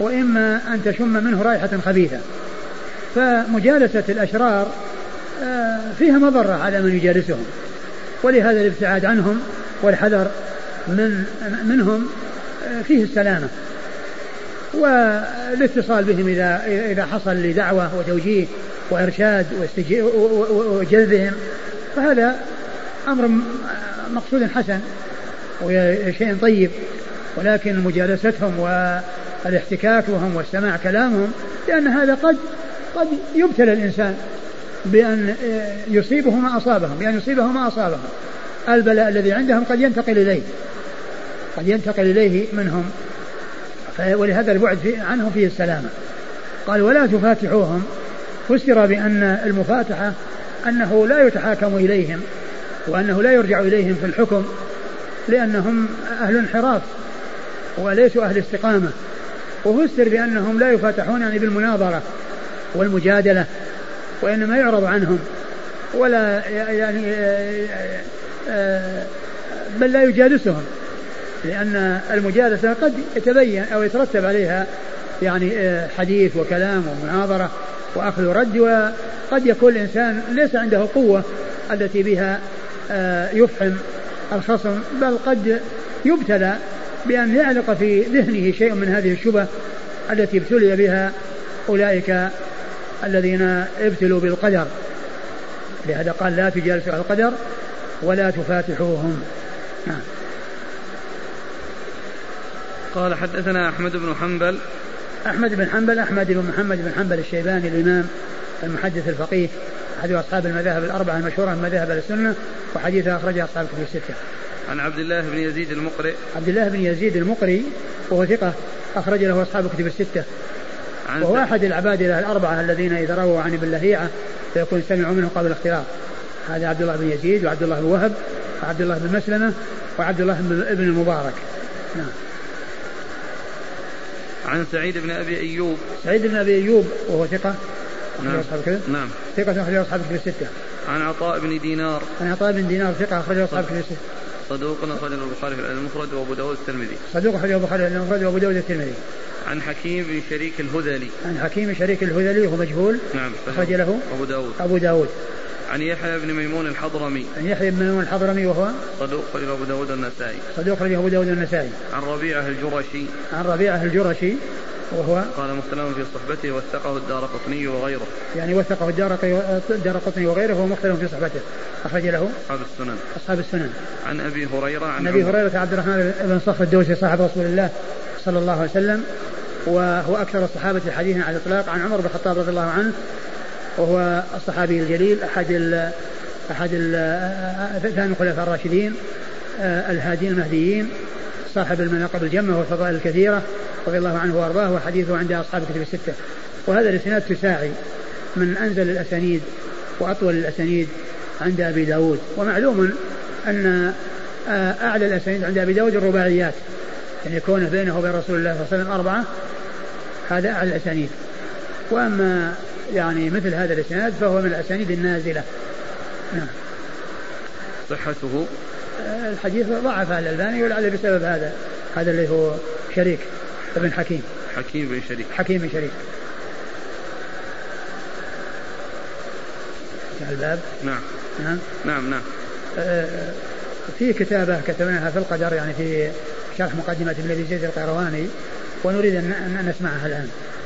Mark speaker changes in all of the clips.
Speaker 1: وإما أن تشم منه رائحة خبيثة. فمجالسة الأشرار فيها مضرة على من يجالسهم، ولهذا الابتعاد عنهم والحذر منهم فيه السلامة، والاتصال بهم إذا حصل لدعوة وتوجيه وإرشاد وجذبهم، فهذا أمر مقصود حسن وشيء طيب. ولكن مجالستهم والاحتكاك بهم والسماع كلامهم، لأن هذا قد يبتلى الإنسان بأن يصيبه ما أصابهم، البلاء الذي عندهم قد ينتقل إليه منهم، ولهذا البعد عنهم فيه السلامة. قال ولا تفاتحوهم، فسر بأن المفاتحة أنه لا يتحاكم إليهم وأنه لا يرجع إليهم في الحكم، لأنهم أهل انحراف وليسوا أهل استقامة. وفسر بأنهم لا يفاتحون يعني بالمناظرة والمجادلة، وإنما يعرض عنهم ولا يعني بل لا يجالسهم، لأن المجالسة قد يتبين أو يترتب عليها يعني حديث وكلام ومناظرة وأخذ ورد، وقد يكون الإنسان ليس عنده قوة التي بها يفهم الخصم، بل قد يبتلى بأن يعلق في ذهنه شيء من هذه الشبه التي ابتلي بها أولئك الذين ابتلوا بالقدر. لهذا قال لا تجالسوا على القدر ولا تفاتحوهم.
Speaker 2: قال حدثنا أحمد بن حنبل
Speaker 1: أحمد بن محمد بن حنبل الشيباني الإمام المحدث الفقيه أحد أصحاب المذاهب الأربعة المشهورة من مذاهب السنة، وحديثه أخرجه أصحاب الكتب الستة.
Speaker 2: عن عبد الله بن يزيد المقري وهو ثقة أخرج له أصحاب الكتب الستة، وهو أحد العبادلة الأربعة الذين إذا رووا عن ابن لهيعة فيكون سمعوا منه قبل الاختلاط. هذا عبد الله بن يزيد وعبد الله بن وهب وعبد الله بن مسلمة وعبد الله بن المبارك. نعم. عن سعيد بن أبي
Speaker 1: أيوب وهو ثقة
Speaker 2: نعم
Speaker 1: ثقة أخرج أصحاب الكتب الستة.
Speaker 2: عن عطاء بن دينار ثقة أخرج أصحاب الكتب الستة.
Speaker 3: صدوق أخرجه البخاري في المفرد وأبو داود الترمذي.
Speaker 2: عن حكيم بن
Speaker 3: شريك الهذلي
Speaker 1: وهو مجهول.
Speaker 2: نعم.
Speaker 1: أخرج له أبو داود.
Speaker 2: عن يحيى بن ميمون الحضرمي
Speaker 3: وهو صدوق أخرجه أبو داود النسائي.
Speaker 2: عن
Speaker 3: ربيعة الجرشي
Speaker 2: وهو
Speaker 3: قال مختلف في صحبته وثقه الدارقطني وغيره،
Speaker 1: يعني وثقه الدارقطني وغيره، وهو مختلف في صحبته، أخرج له أصحاب السنن.
Speaker 2: عن أبي هريرة
Speaker 1: عبد الرحمن بن صخر الدوسي صاحب رسول الله صلى الله عليه وسلم، وهو أكثر الصحابة حديثا على الإطلاق. عن عمر بن الخطاب رضي الله عنه، وهو الصحابي الجليل أحد ثاني الخلفاء الراشدين الهادين المهديين، صاحب المناقب الجمة والفضائل الكثيرة رضي الله عنه وأرضاه، وحديثه عند أصحاب الكتب الستة. وهذا الإسناد تساعي من أنزل الأسانيد وأطول الأسانيد عند أبي داود. ومعلوم أن أعلى الأسانيد عند أبي داود الرباعيات، يعني يكون بينه وبين رسول الله صلى الله عليه وسلم 4، هذا أعلى الأسانيد. وأما يعني مثل هذا الإسناد فهو من الأسانيد النازلة. نعم.
Speaker 2: صحته
Speaker 1: الحديث ضعف الألباني ولعل بسبب هذا اللي هو شريك بن حكيم بن شريك. الباب.
Speaker 2: نعم.
Speaker 1: في كتابة كتبناها في القدر، يعني في شرح مقدمة ابن أبي زيد القيرواني، ونريد أن نسمعها الآن.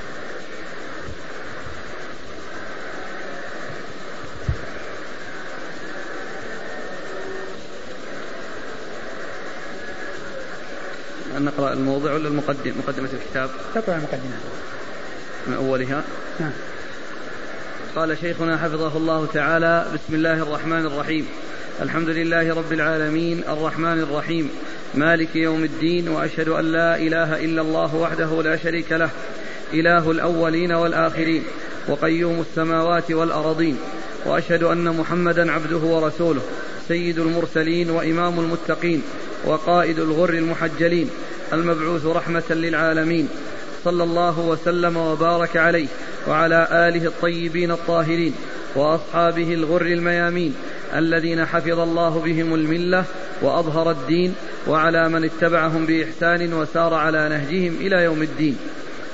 Speaker 2: نقرأ الموضع ولا مقدمة الكتاب؟
Speaker 1: تقرأ المقدمة
Speaker 2: من أولها.
Speaker 1: نعم.
Speaker 2: قال شيخنا حفظه الله تعالى: بسم الله الرحمن الرحيم، الحمد لله رب العالمين الرحمن الرحيم مالك يوم الدين، وأشهد أن لا إله إلا الله وحده لا شريك له، إله الأولين والآخرين وقيوم السماوات والأرضين، وأشهد أن محمدا عبده ورسوله سيد المرسلين وإمام المتقين وقائد الغر المحجلين المبعوث رحمة للعالمين، صلى الله وسلم وبارك عليه وعلى آله الطيبين الطاهرين وأصحابه الغر الميامين الذين حفظ الله بهم الملة وأظهر الدين، وعلى من اتبعهم بإحسان وسار على نهجهم إلى يوم الدين.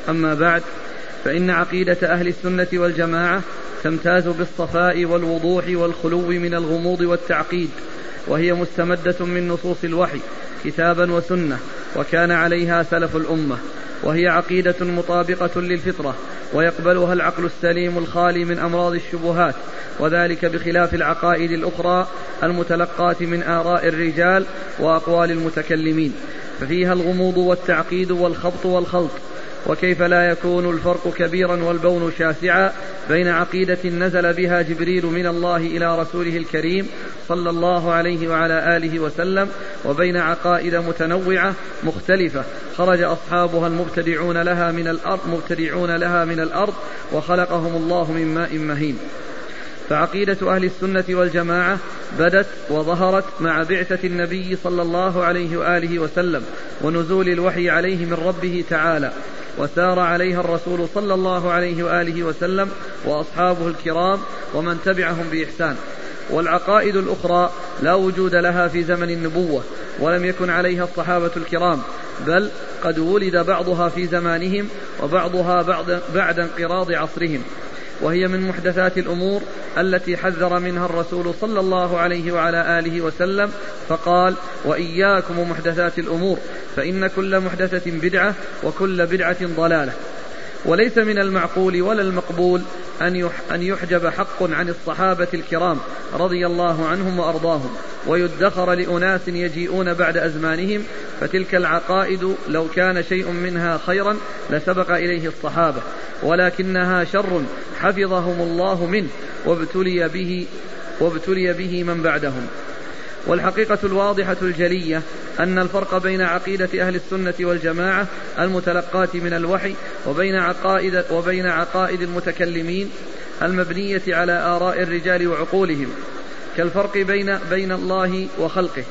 Speaker 2: أما بعد، فإن عقيدة أهل السنة والجماعة تمتاز بالصفاء والوضوح والخلو من الغموض والتعقيد، وهي مستمدة من نصوص الوحي كتابا وسنة، وكان عليها سلف الأمة، وهي عقيدة مطابقة للفطرة، ويقبلها العقل السليم الخالي من أمراض الشبهات، وذلك بخلاف العقائد الأخرى المتلقاة من آراء الرجال وأقوال المتكلمين، ففيها الغموض والتعقيد والخبط والخلط. وكيف لا يكون الفرق كبيرا والبون شاسعا بين عقيدة نزل بها جبريل من الله إلى رسوله الكريم صلى الله عليه وعلى آله وسلم، وبين عقائد متنوعة مختلفة خرج أصحابها المبتدعون لها من الأرض وخلقهم الله من ماء مهين. فعقيدة أهل السنة والجماعة بدت وظهرت مع بعثة النبي صلى الله عليه وآله وسلم ونزول الوحي عليه من ربه تعالى، وسار عليها الرسول صلى الله عليه وآله وسلم وأصحابه الكرام ومن تبعهم بإحسان. والعقائد الأخرى لا وجود لها في زمن النبوة، ولم يكن عليها الصحابة الكرام، بل قد ولد بعضها في زمانهم وبعضها بعد انقراض عصرهم، وهي من محدثات الأمور التي حذر منها الرسول صلى الله عليه وعلى آله وسلم، فقال: وإياكم محدثات الأمور، فإن كل محدثة بدعة وكل بدعة ضلالة. وليس من المعقول ولا المقبول أن يحجب حق عن الصحابة الكرام رضي الله عنهم وأرضاهم، ويدخر لأناس يجيئون بعد أزمانهم، فتلك العقائد لو كان شيء منها خيرا لسبق إليه الصحابة، ولكنها شر حفظهم الله منه وابتلي به من بعدهم. والحقيقة الواضحة الجلية أن الفرق بين عقيدة أهل السنة والجماعة المتلقاة من الوحي وبين عقائد المتكلمين المبنية على آراء الرجال وعقولهم كالفرق بين الله وخلقه،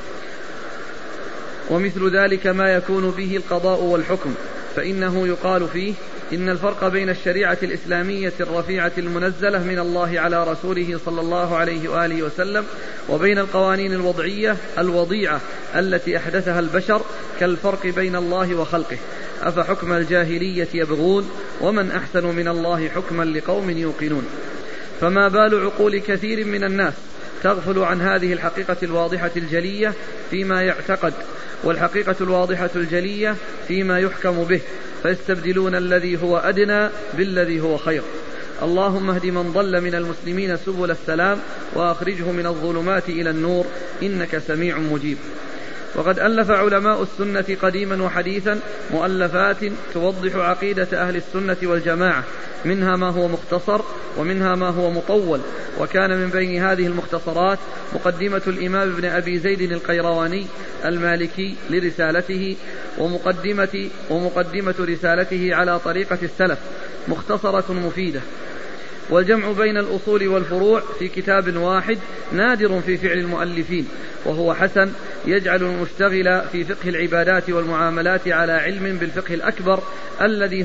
Speaker 2: ومثل ذلك ما يكون به القضاء والحكم، فإنه يقال فيه إن الفرق بين الشريعة الإسلامية الرفيعة المنزلة من الله على رسوله صلى الله عليه وآله وسلم وبين القوانين الوضيعة التي أحدثها البشر كالفرق بين الله وخلقه. أفحكم الجاهلية يبغون ومن أحسن من الله حكما لقوم يوقنون. فما بال عقول كثير من الناس تغفل عن هذه الحقيقة الواضحة الجلية فيما يعتقد، والحقيقة الواضحة الجلية فيما يحكم به، فيستبدلون الذي هو أدنى بالذي هو خير. اللهم اهد من ضل من المسلمين سبل السلام، وأخرجه من الظلمات إلى النور، إنك سميع مجيب. وقد ألف علماء السنة قديما وحديثا مؤلفات توضح عقيدة أهل السنة والجماعة، منها ما هو مختصر ومنها ما هو مطول، وكان من بين هذه المختصرات مقدمة الإمام ابن أبي زيد القيرواني المالكي لرسالته، ومقدمة رسالته على طريقة السلف، مختصرة مفيدة. والجمع بين الأصول والفروع في كتاب واحد نادر في فعل المؤلفين، وهو حسن، يجعل المشتغل في فقه العبادات والمعاملات على علم بالفقه الأكبر الذي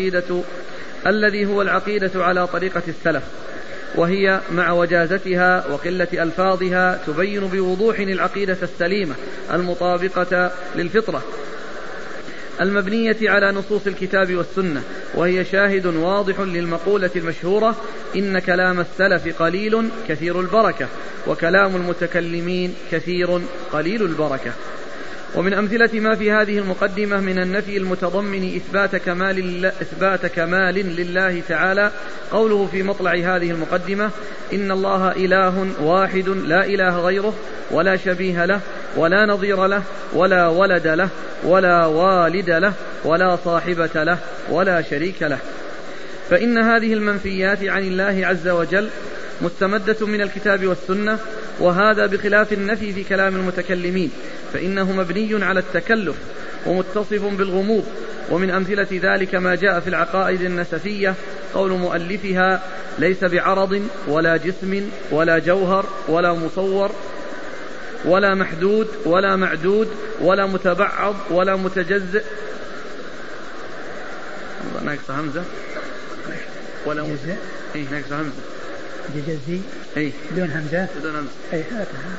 Speaker 2: هو العقيدة على طريقة السلف، وهي مع وجازتها وقلة ألفاظها تبين بوضوح العقيدة السليمة المطابقة للفطرة المبنية على نصوص الكتاب والسنة، وهي شاهد واضح للمقولة المشهورة: إن كلام السلف قليل كثير البركة، وكلام المتكلمين كثير قليل البركة. ومن أمثلة ما في هذه المقدمة من النفي المتضمن إثبات كمال لله تعالى قوله في مطلع هذه المقدمة: إن الله إله واحد لا إله غيره ولا شبيه له ولا نظير له ولا ولد له ولا والد له ولا صاحبة له ولا شريك له. فإن هذه المنفيات عن الله عز وجل مستمدة من الكتاب والسنة، وهذا بخلاف النفي في كلام المتكلمين، فإنه مبني على التكلف ومتصف بالغموض. ومن أمثلة ذلك ما جاء في العقائد النسفية قول مؤلفها: ليس بعرض ولا جسم ولا جوهر ولا مصور ولا محدود ولا معدود ولا متبعض ولا متجزئ ناقص همزة ولا
Speaker 1: جزء
Speaker 2: ناقص همزة
Speaker 1: جزئي بدون همزة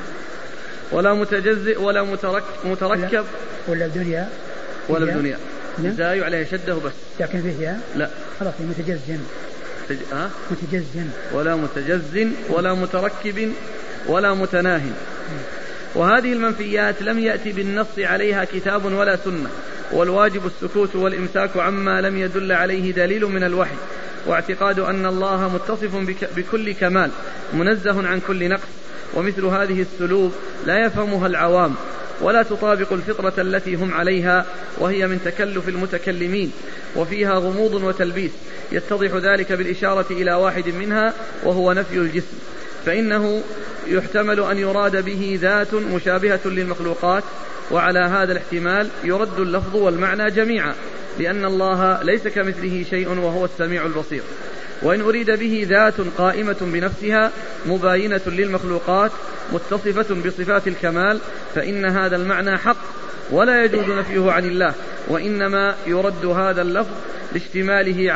Speaker 2: ولا متجزئ ولا متركب
Speaker 1: ولا بدنيا
Speaker 2: زاي وعليها شده بس.
Speaker 1: لكن فيه
Speaker 2: لا
Speaker 1: خلاص متجزم. متجزم
Speaker 2: ولا متجز ولا متركب ولا متناه. وهذه المنفيات لم يأتي بالنص عليها كتاب ولا سنة، والواجب السكوت والإمساك عما لم يدل عليه دليل من الوحي، واعتقاد أن الله متصف بكل كمال منزه عن كل نقص. ومثل هذه السلوب لا يفهمها العوام ولا تطابق الفطرة التي هم عليها، وهي من تكلف المتكلمين، وفيها غموض وتلبيس. يتضح ذلك بالإشارة إلى واحد منها وهو نفي الجسم، فإنه يحتمل أن يراد به ذات مشابهة للمخلوقات، وعلى هذا الاحتمال يرد اللفظ والمعنى جميعا، لأن الله ليس كمثله شيء وهو السميع البصير. وإن أريد به ذات قائمة بنفسها مباينة للمخلوقات متصفة بصفات الكمال، فإن هذا المعنى حق ولا يجوز نفيه عن الله، وإنما يرد هذا اللفظ لاشتماله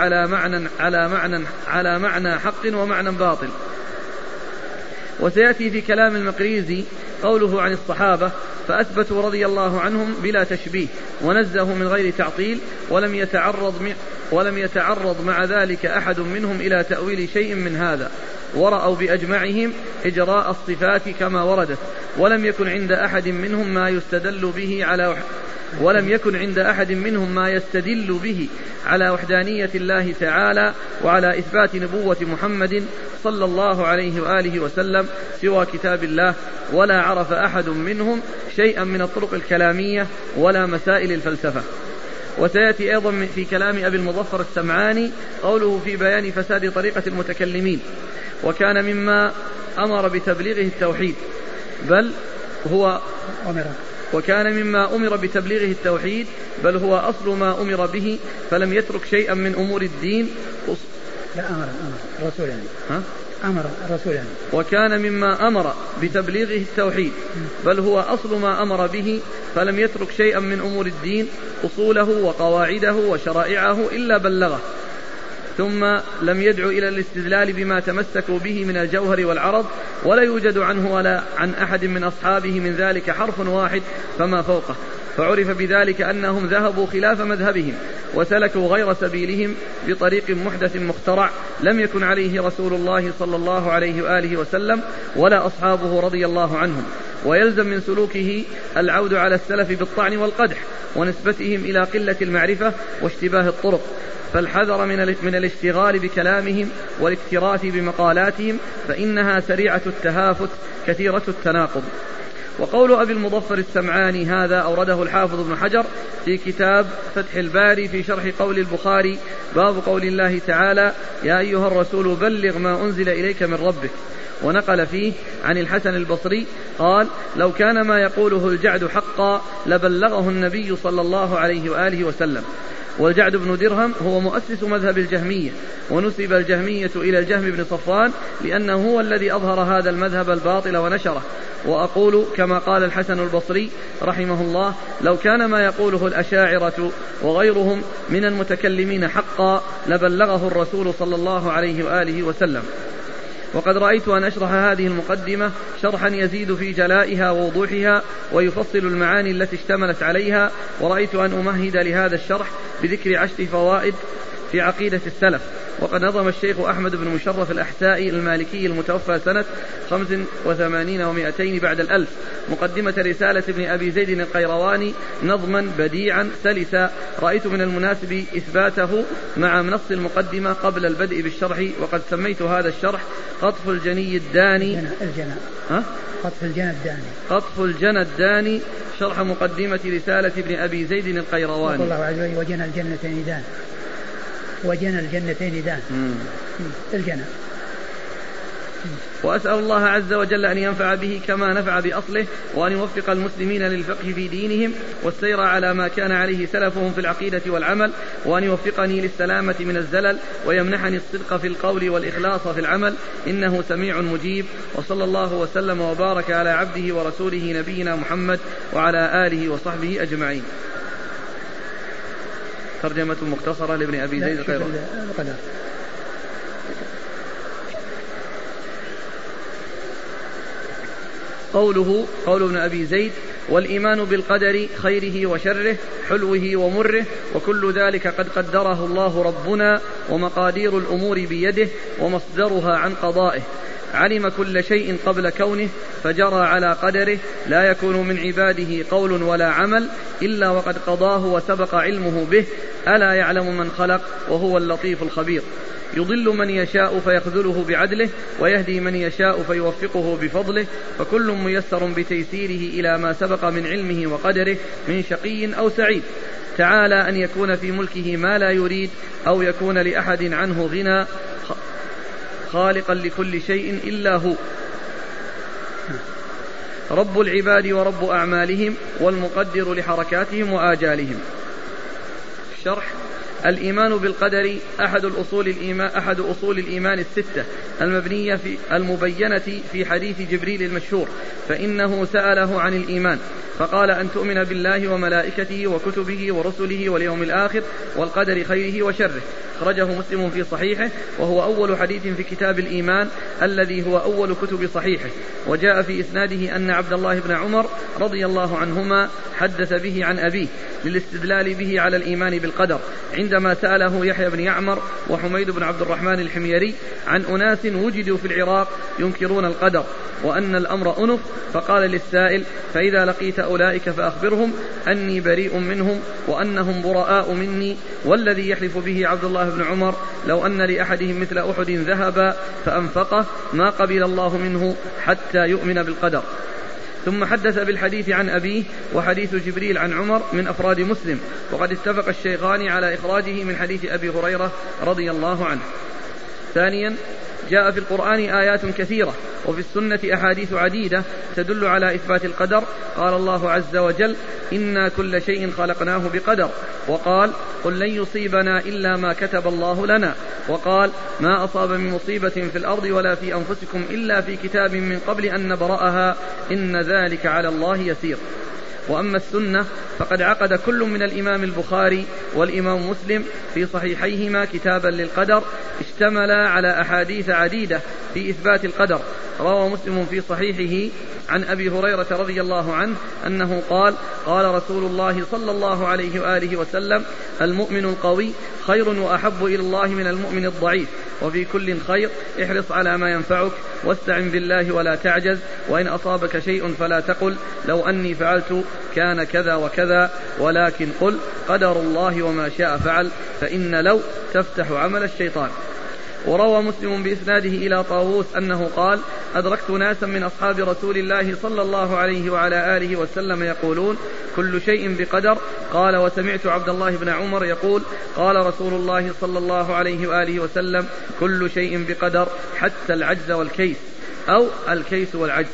Speaker 2: على معنى حق ومعنى باطل. وسيأتي في كلام المقريزي قوله عن الصحابة: فأثبتوا رضي الله عنهم بلا تشبيه، ونزهوا من غير تعطيل، ولم يتعرض مع ذلك أحد منهم إلى تأويل شيء من هذا، ورأوا بأجمعهم إجراء الصفات كما وردت، ولم يكن عند أحد منهم ما يستدل به على وحدانية الله تعالى وعلى إثبات نبوة محمد صلى الله عليه وآله وسلم سوى كتاب الله، ولا عرف أحد منهم شيئا من الطرق الكلامية ولا مسائل الفلسفة. وسيأتي أيضا في كلام أبي المظفر السمعاني قوله في بيان فساد طريقة المتكلمين: وكان مما أمر بتبليغه التوحيد بل هو أصل ما أمر به، فلم يترك شيئا من أمور الدين. وكان مما أمر بتبليغه التوحيد بل هو أصل ما أمر به، فلم يترك شيئا من أمور الدين أصوله وقواعده وشرائعه إلا بلغه، ثم لم يدعو إلى الاستدلال بما تمسكوا به من الجوهر والعرض، ولا يوجد عنه ولا عن أحد من أصحابه من ذلك حرف واحد فما فوقه، فعرف بذلك أنهم ذهبوا خلاف مذهبهم وسلكوا غير سبيلهم بطريق محدث مخترع لم يكن عليه رسول الله صلى الله عليه وآله وسلم ولا أصحابه رضي الله عنهم. ويلزم من سلوكه العود على السلف بالطعن والقدح ونسبتهم إلى قلة المعرفة واشتباه الطرق، فالحذر من الاشتغال بكلامهم والاكتراث بمقالاتهم، فإنها سريعة التهافت كثيرة التناقض. وقول أبي المظفر السمعاني هذا أورده الحافظ ابن حجر في كتاب فتح الباري في شرح قول البخاري باب قول الله تعالى: يا أيها الرسول بلغ ما أنزل إليك من ربك. ونقل فيه عن الحسن البصري قال: لو كان ما يقوله الجعد حقا لبلغه النبي صلى الله عليه وآله وسلم. والجعد بن درهم هو مؤسس مذهب الجهمية، ونسب الجهمية إلى الجهم بن صفوان لأنه هو الذي أظهر هذا المذهب الباطل ونشره. وأقول كما قال الحسن البصري رحمه الله: لو كان ما يقوله الأشاعرة وغيرهم من المتكلمين حقا لبلغه الرسول صلى الله عليه وآله وسلم. وقد رأيت أن أشرح هذه المقدمة شرحا يزيد في جلائها ووضوحها ويفصل المعاني التي اشتملت عليها، ورأيت أن أمهد لهذا الشرح بذكر 10 فوائد في عقيدة السلف. وقد نظم الشيخ أحمد بن مشرف الأحسائي المالكي المتوفى سنة 85 و200 بعد الألف مقدمة رسالة ابن أبي زيد القيرواني نظما بديعا سلسا، رأيت من المناسب إثباته مع نص المقدمة قبل البدء بالشرح. وقد سميت هذا الشرح قطف الجني الداني قطف الجنى الداني شرح مقدمة رسالة ابن أبي زيد القيرواني.
Speaker 1: الله عز وجل وجنى الجنتين دان الجنة.
Speaker 2: وأسأل الله عز وجل أن ينفع به كما نفع بأصله، وأن يوفق المسلمين للفقه في دينهم والسير على ما كان عليه سلفهم في العقيدة والعمل، وأن يوفقني للسلامة من الزلل، ويمنحني الصدق في القول والإخلاص في العمل، إنه سميع مجيب. وصلى الله وسلم وبارك على عبده ورسوله نبينا محمد وعلى آله وصحبه أجمعين. ترجمة مختصرة لابن أبي زيد القيرواني. قول ابن أبي زيد: والإيمان بالقدر خيره وشره حلوه ومره وكل ذلك قد قدره الله ربنا ومقادير الأمور بيده ومصدرها عن قضائه. علم كل شيء قبل كونه فجرى على قدره لا يكون من عباده قول ولا عمل إلا وقد قضاه وسبق علمه به. ألا يعلم من خلق وهو اللطيف الخبير. يضل من يشاء فيخذله بعدله ويهدي من يشاء فيوفقه بفضله فكل ميسر بتيسيره إلى ما سبق من علمه وقدره من شقي أو سعيد. تعالى أن يكون في ملكه ما لا يريد أو يكون لأحد عنه غنى خالقا لكل شيء إلا هو. رب العباد ورب أعمالهم والمقدر لحركاتهم وآجالهم. الشرح: الإيمان بالقدر أحد أصول الإيمان الستة المبينة في حديث جبريل المشهور، فإنه سأله عن الإيمان فقال أن تؤمن بالله وملائكته وكتبه ورسله واليوم الآخر والقدر خيره وشره. أخرجه مسلم في صحيحه وهو أول حديث في كتاب الإيمان الذي هو أول كتب صحيحه. وجاء في إسناده أن عبد الله بن عمر رضي الله عنهما حدث به عن أبيه للاستدلال به على الإيمان بالقدر عندما سأله يحيى بن يعمر وحميد بن عبد الرحمن الحميري عن أناس وجدوا في العراق ينكرون القدر وأن الأمر أنف، فقال للسائل: فإذا لقيت أولئك فأخبرهم أني بريء منهم وأنهم براء مني. والذي يحلف به عبد الله بن عمر لو أن لأحدهم مثل أحد ذهبا فأنفقه ما قبل الله منه حتى يؤمن بالقدر. ثم حدث بالحديث عن أبيه وحديث جبريل عن عمر من أفراد مسلم، وقد اتفق الشيخان على إخراجه من حديث أبي هريرة رضي الله عنه. ثانيا: جاء في القرآن آيات كثيرة وفي السنة أحاديث عديدة تدل على إثبات القدر. قال الله عز وجل: إنا كل شيء خلقناه بقدر. وقال: قل لن يصيبنا إلا ما كتب الله لنا. وقال: ما أصاب من مصيبة في الأرض ولا في أنفسكم إلا في كتاب من قبل أن نبرأها إن ذلك على الله يسير. وأما السنة فقد عقد كل من الإمام البخاري والإمام مسلم في صحيحيهما كتابا للقدر اشتمل على أحاديث عديدة في إثبات القدر. روى مسلم في صحيحه عن أبي هريرة رضي الله عنه أنه قال: قال رسول الله صلى الله عليه وآله وسلم: المؤمن القوي خير وأحب إلى الله من المؤمن الضعيف، وفي كل خير، احرص على ما ينفعك واستعن بالله ولا تعجز، وإن أصابك شيء فلا تقل لو أني فعلت كان كذا وكذا، ولكن قل قدر الله وما شاء فعل، فإن لو تفتح عمل الشيطان. وروى مسلم بإسناده إلى طاووس أنه قال: أدركت ناسا من أصحاب رسول الله صلى الله عليه وعلى آله وسلم يقولون: كل شيء بقدر. قال: وسمعت عبد الله بن عمر يقول: قال رسول الله صلى الله عليه وآله وسلم: كل شيء بقدر حتى العجز والكيس، أو الكيس والعجز.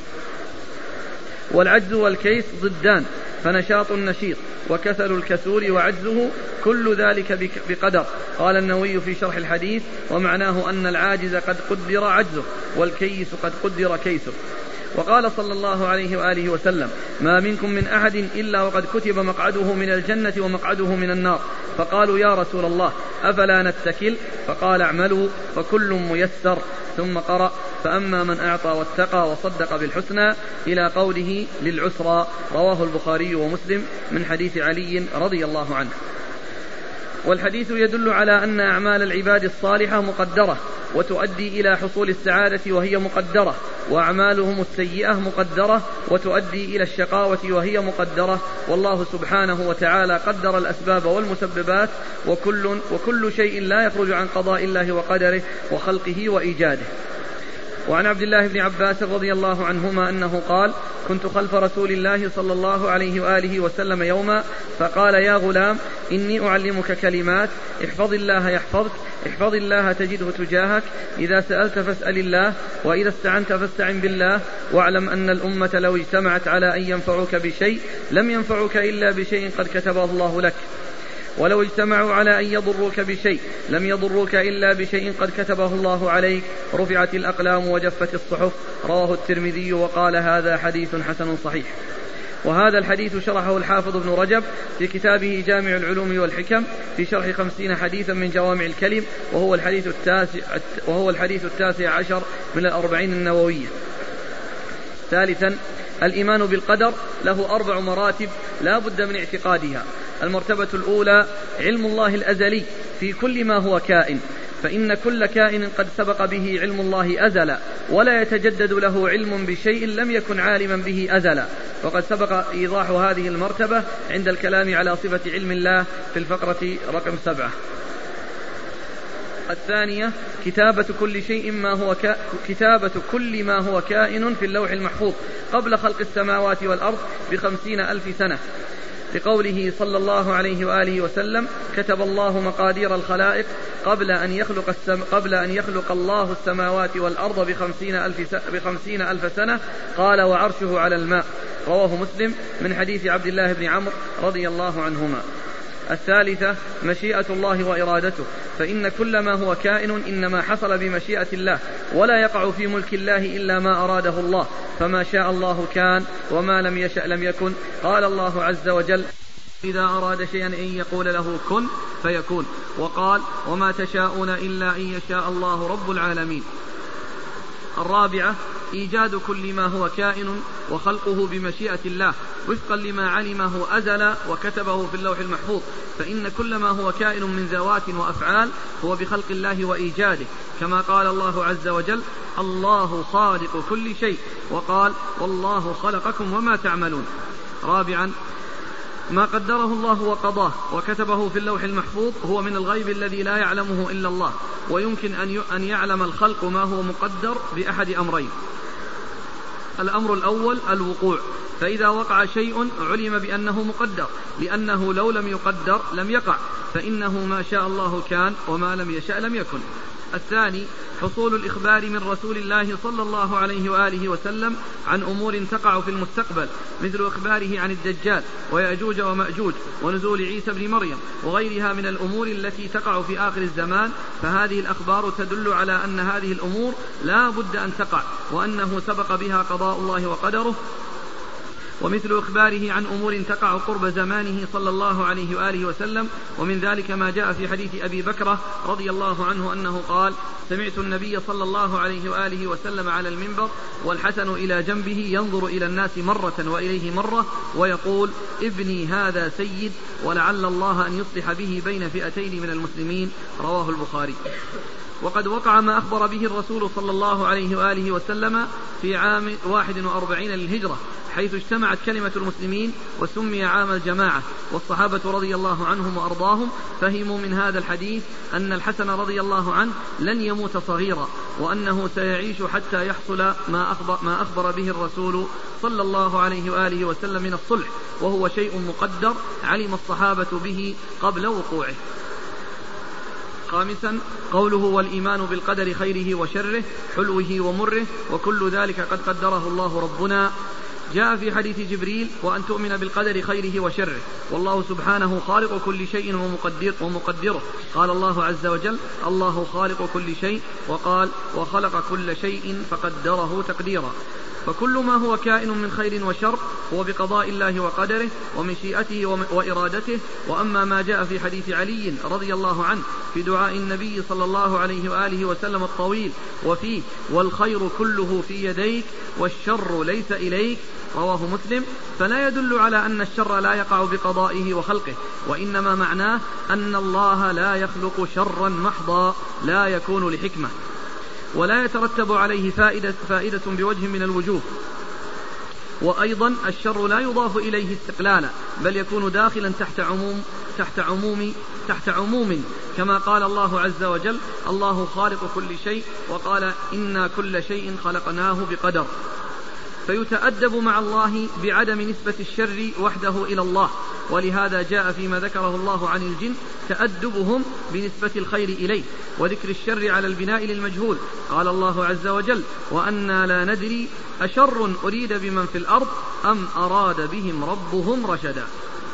Speaker 2: والعجز والكيس ضدان، فنشاط النشيط وكسل الكسول وعجزه كل ذلك بقدر. قال النووي في شرح الحديث: ومعناه أن العاجز قد قدر عجزه والكيس قد قدر كيسه. وقال صلى الله عليه وآله وسلم: ما منكم من أحد إلا وقد كتب مقعده من الجنة ومقعده من النار. فقالوا: يا رسول الله أفلا نتكل؟ فقال: اعملوا فكل ميسر. ثم قرأ: فأما من أعطى واتقى وصدق بالحسنى إلى قوله للعسرى. رواه البخاري ومسلم من حديث علي رضي الله عنه. والحديث يدل على أن أعمال العباد الصالحة مقدرة وتؤدي إلى حصول السعادة وهي مقدرة، وأعمالهم السيئة مقدرة وتؤدي إلى الشقاوة وهي مقدرة. والله سبحانه وتعالى قدر الأسباب والمسببات، وكل شيء لا يخرج عن قضاء الله وقدره وخلقه وإيجاده. وعن عبد الله بن عباس رضي الله عنهما أنه قال: كنت خلف رسول الله صلى الله عليه وآله وسلم يوما فقال: يا غلام إني أعلمك كلمات، احفظ الله يحفظك، احفظ الله تجده تجاهك، إذا سألت فاسأل الله، وإذا استعنت فاستعن بالله، واعلم أن الأمة لو اجتمعت على أن ينفعوك بشيء لم ينفعوك إلا بشيء قد كتبه الله لك، ولو اجتمعوا على أن يضروك بشيء لم يضروك إلا بشيء قد كتبه الله عليك، رفعت الأقلام وجفت الصحف. رواه الترمذي وقال: هذا حديث حسن صحيح. وهذا الحديث شرحه الحافظ ابن رجب في كتابه جامع العلوم والحكم في شرح 50 حديثا من جوامع الكلم، وهو الحديث التاسع عشر من 40 النووية. ثالثا الإيمان بالقدر له 4 مراتب لا بد من اعتقادها. المرتبة الأولى علم الله الأزلي في كل ما هو كائن، فإن كل كائن قد سبق به علم الله أزلا، ولا يتجدد له علم بشيء لم يكن عالما به أزلا، وقد سبق إيضاح هذه المرتبة عند الكلام على صفة علم الله في الفقرة رقم 7. الثانية كتابة كل ما هو كائن في اللوح المحفوظ قبل خلق السماوات والأرض ب50,000 سنة، لقوله صلى الله عليه وآله وسلم: كتب الله مقادير الخلائق قبل أن يخلق الله السماوات والأرض ب50,000 سنة، قال: وعرشه على الماء. رواه مسلم من حديث عبد الله بن عمرو رضي الله عنهما. الثالثة مشيئة الله وإرادته، فإن كل ما هو كائن إنما حصل بمشيئة الله، ولا يقع في ملك الله إلا ما أراده الله، فما شاء الله كان وما لم يشأ لم يكن. قال الله عز وجل: إذا أراد شيئا أن يقول له كن فيكون. وقال: وما تشاءون إلا أن يشاء الله رب العالمين. الرابعة إيجاد كل ما هو كائن وخلقه بمشيئة الله وفقا لما علمه أزلا وكتبه في اللوح المحفوظ، فإن كل ما هو كائن من ذوات وأفعال هو بخلق الله وإيجاده، كما قال الله عز وجل: الله خالق كل شيء، وقال: والله خلقكم وما تعملون. رابعا ما قدره الله وقضاه وكتبه في اللوح المحفوظ هو من الغيب الذي لا يعلمه إلا الله، ويمكن أن يعلم الخلق ما هو مقدر بأحد أمرين: الأمر الأول الوقوع، فإذا وقع شيء علم بأنه مقدر، لأنه لو لم يقدر لم يقع، فإنه ما شاء الله كان وما لم يشأ لم يكن. الثاني حصول الإخبار من رسول الله صلى الله عليه وآله وسلم عن أمور تقع في المستقبل، مثل إخباره عن الدجال ويأجوج ومأجوج ونزول عيسى بن مريم وغيرها من الأمور التي تقع في آخر الزمان، فهذه الأخبار تدل على أن هذه الأمور لا بد أن تقع، وأنه سبق بها قضاء الله وقدره. ومثل إخباره عن أمور تقع قرب زمانه صلى الله عليه وآله وسلم، ومن ذلك ما جاء في حديث أبي بكرة رضي الله عنه أنه قال: سمعت النبي صلى الله عليه وآله وسلم على المنبر والحسن إلى جنبه ينظر إلى الناس مرة وإليه مرة ويقول: ابني هذا سيد، ولعل الله أن يصلح به بين فئتين من المسلمين. رواه البخاري. وقد وقع ما أخبر به الرسول صلى الله عليه وآله وسلم في عام 41 للهجرة، حيث اجتمعت كلمة المسلمين وسمي عام الجماعة، والصحابة رضي الله عنهم وأرضاهم فهموا من هذا الحديث أن الحسن رضي الله عنه لن يموت صغيرا، وأنه سيعيش حتى يحصل ما أخبر به الرسول صلى الله عليه وآله وسلم من الصلح، وهو شيء مقدر علم الصحابة به قبل وقوعه. خامسا قوله: والإيمان بالقدر خيره وشره حلوه ومره وكل ذلك قد قدره الله ربنا. جاء في حديث جبريل: وأن تؤمن بالقدر خيره وشره، والله سبحانه خالق كل شيء ومقدره. قال الله عز وجل: الله خالق كل شيء، وقال: وخلق كل شيء فقدره تقديرا. فكل ما هو كائن من خير وشر هو بقضاء الله وقدره ومشيئته وإرادته. وأما ما جاء في حديث علي رضي الله عنه في دعاء النبي صلى الله عليه وآله وسلم الطويل وفيه: والخير كله في يديك والشر ليس إليك، رواه مسلم، فلا يدل على أن الشر لا يقع بقضائه وخلقه، وإنما معناه أن الله لا يخلق شرا محضا لا يكون لحكمة، ولا يترتب عليه فائدة بوجه من الوجوه. وأيضا الشر لا يضاف إليه استقلالا، بل يكون داخلا تحت عموم كما قال الله عز وجل: الله خالق كل شيء، وقال: إنا كل شيء خلقناه بقدر. فيتأدب مع الله بعدم نسبة الشر وحده إلى الله، ولهذا جاء فيما ذكره الله عن الجن تأدبهم بنسبة الخير إليه، وذكر الشر على البناء للمجهول. قال الله عز وجل: وأنا لا ندري أشر أريد بمن في الأرض أم أراد بهم ربهم رشدا.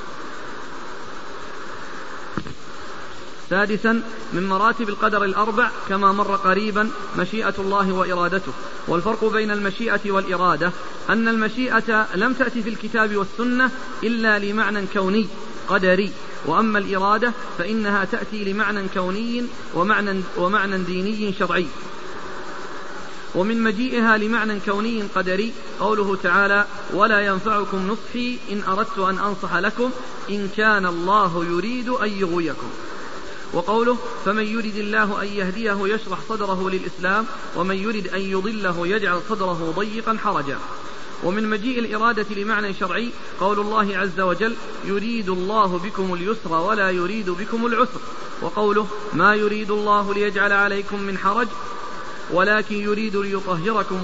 Speaker 2: سادسا من مراتب القدر الأربع كما مر قريبا مشيئة الله وإرادته. والفرق بين المشيئة والإرادة أن المشيئة لم تأتي في الكتاب والسنة إلا لمعنى كوني قدري، وأما الإرادة فإنها تأتي لمعنى كوني ومعنى ديني شرعي. ومن مجيئها لمعنى كوني قدري قوله تعالى ولا ينفعكم نصحي إن أردت أن أنصح لكم إن كان الله يريد أن يغويكم. وقوله فمن يرد الله أن يهديه يشرح صدره للإسلام ومن يرد أن يضله يجعل صدره ضيقا حرجا. ومن مجيء الإرادة لمعنى شرعي قول الله عز وجل يريد الله بكم اليسر ولا يريد بكم العسر. وقوله ما يريد الله ليجعل عليكم من حرج ولكن يريد ليطهركم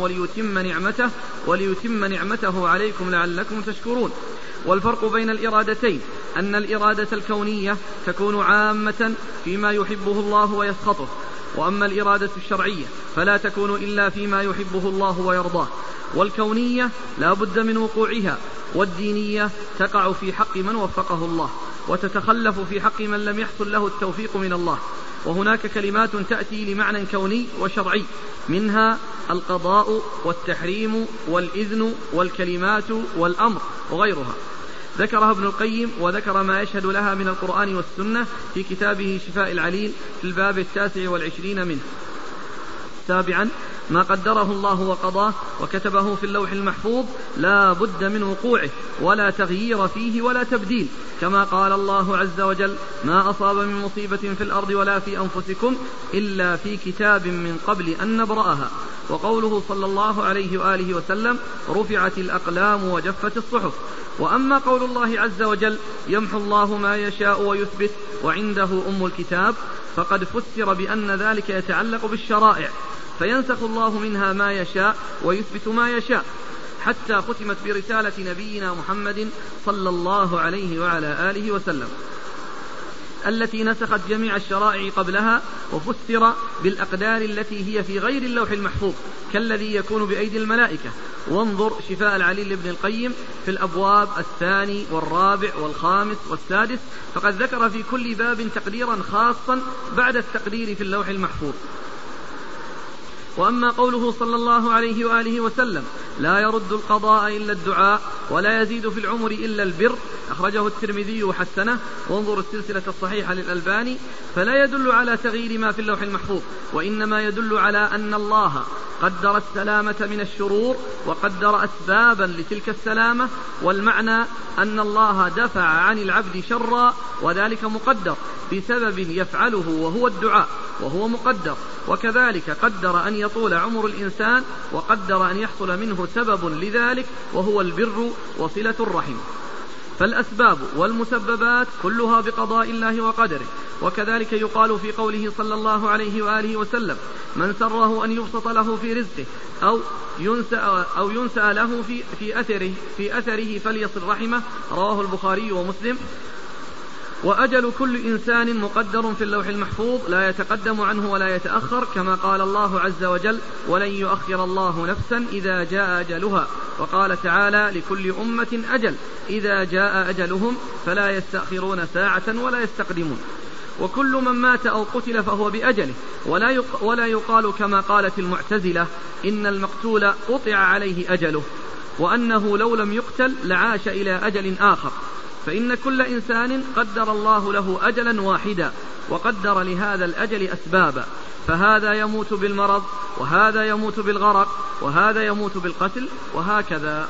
Speaker 2: وليتم نعمته عليكم لعلكم تشكرون. والفرق بين الإرادتين أن الإرادة الكونية تكون عامة فيما يحبه الله ويسخطه، وأما الإرادة الشرعية فلا تكون إلا فيما يحبه الله ويرضاه. والكونية لا بد من وقوعها، والدينية تقع في حق من وفقه الله وتتخلف في حق من لم يحصل له التوفيق من الله. وهناك كلمات تأتي لمعنى كوني وشرعي، منها القضاء والتحريم والإذن والكلمات والأمر وغيرها، ذكرها ابن القيم وذكر ما يشهد لها من القرآن والسنة في كتابه شفاء العليل في الباب 29 منه. سابعا ما قدره الله وقضاه وكتبه في اللوح المحفوظ لا بد من وقوعه ولا تغيير فيه ولا تبديل، كما قال الله عز وجل ما أصاب من مصيبة في الأرض ولا في أنفسكم إلا في كتاب من قبل أن نبرأها. وقوله صلى الله عليه وآله وسلم رفعت الأقلام وجفت الصحف. وأما قول الله عز وجل يمحو الله ما يشاء ويثبت وعنده أم الكتاب فقد فسر بأن ذلك يتعلق بالشرائع، فينسخ الله منها ما يشاء ويثبت ما يشاء، حتى ختمت برسالة نبينا محمد صلى الله عليه وعلى آله وسلم التي نسخت جميع الشرائع قبلها، وفسر بالأقدار التي هي في غير اللوح المحفوظ كالذي يكون بأيدي الملائكة. وانظر شفاء العليل لابن القيم في الأبواب 2 والرابع والخامس والسادس، فقد ذكر في كل باب تقديرا خاصا بعد التقدير في اللوح المحفوظ. وأما قوله صلى الله عليه وآله وسلم لا يرد القضاء إلا الدعاء ولا يزيد في العمر إلا البر، أخرجه الترمذي وحسنه، وانظر السلسلة الصحيحة للألباني، فلا يدل على تغيير ما في اللوح المحفوظ، وإنما يدل على أن الله قدر السلامة من الشرور وقدر أسبابا لتلك السلامة، والمعنى أن الله دفع عن العبد شرا وذلك مقدر بسبب يفعله وهو الدعاء وهو مقدر. وكذلك قدر أن يطول عمر الإنسان وقدر أن يحصل منه سبب لذلك وهو البر وصلة الرحم. فالأسباب والمسببات كلها بقضاء الله وقدره. وكذلك يقال في قوله صلى الله عليه وآله وسلم من سره أن يبسط له في رزقه أو ينسأ له في أثره فليصل رحمه، رواه البخاري ومسلم. وأجل كل إنسان مقدر في اللوح المحفوظ لا يتقدم عنه ولا يتأخر، كما قال الله عز وجل ولن يؤخر الله نفسا إذا جاء أجلها. وقال تعالى لكل أمة أجل إذا جاء أجلهم فلا يستأخرون ساعة ولا يستقدمون. وكل من مات أو قتل فهو بأجله، ولا يقال كما قالت المعتزلة إن المقتول قطع عليه أجله، وأنه لو لم يقتل لعاش إلى أجل آخر، فإن كل إنسان قدر الله له أجلا واحدا وقدر لهذا الأجل أسبابا، فهذا يموت بالمرض وهذا يموت بالغرق وهذا يموت بالقتل وهكذا.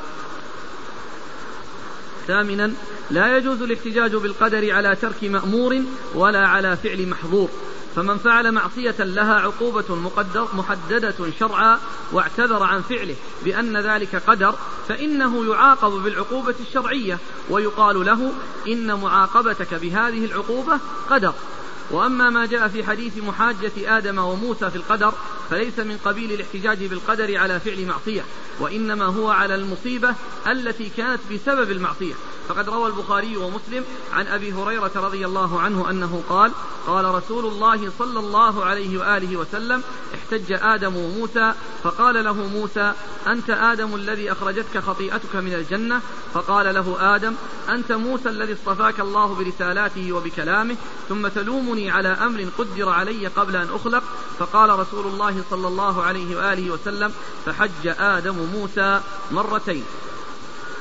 Speaker 2: ثامنا لا يجوز الاحتجاج بالقدر على ترك مأمور ولا على فعل محظور، فمن فعل معصية لها عقوبة محددة شرعا واعتذر عن فعله بأن ذلك قدر فإنه يعاقب بالعقوبة الشرعية ويقال له إن معاقبتك بهذه العقوبة قدر. وأما ما جاء في حديث محاجة آدم وموسى في القدر فليس من قبيل الاحتجاج بالقدر على فعل معصية، وإنما هو على المصيبة التي كانت بسبب المعصية. فقد روى البخاري ومسلم عن أبي هريرة رضي الله عنه أنه قال قال رسول الله صلى الله عليه وآله وسلم احتج آدم وموسى فقال له موسى أنت آدم الذي أخرجتك خطيئتك من الجنة، فقال له آدم أنت موسى الذي اصطفاك الله برسالاته وبكلامه، ثم تلومني على أمر قدر علي قبل أن أخلق. فقال رسول الله صلى الله عليه وآله وسلم فحج آدم موسى مرتين.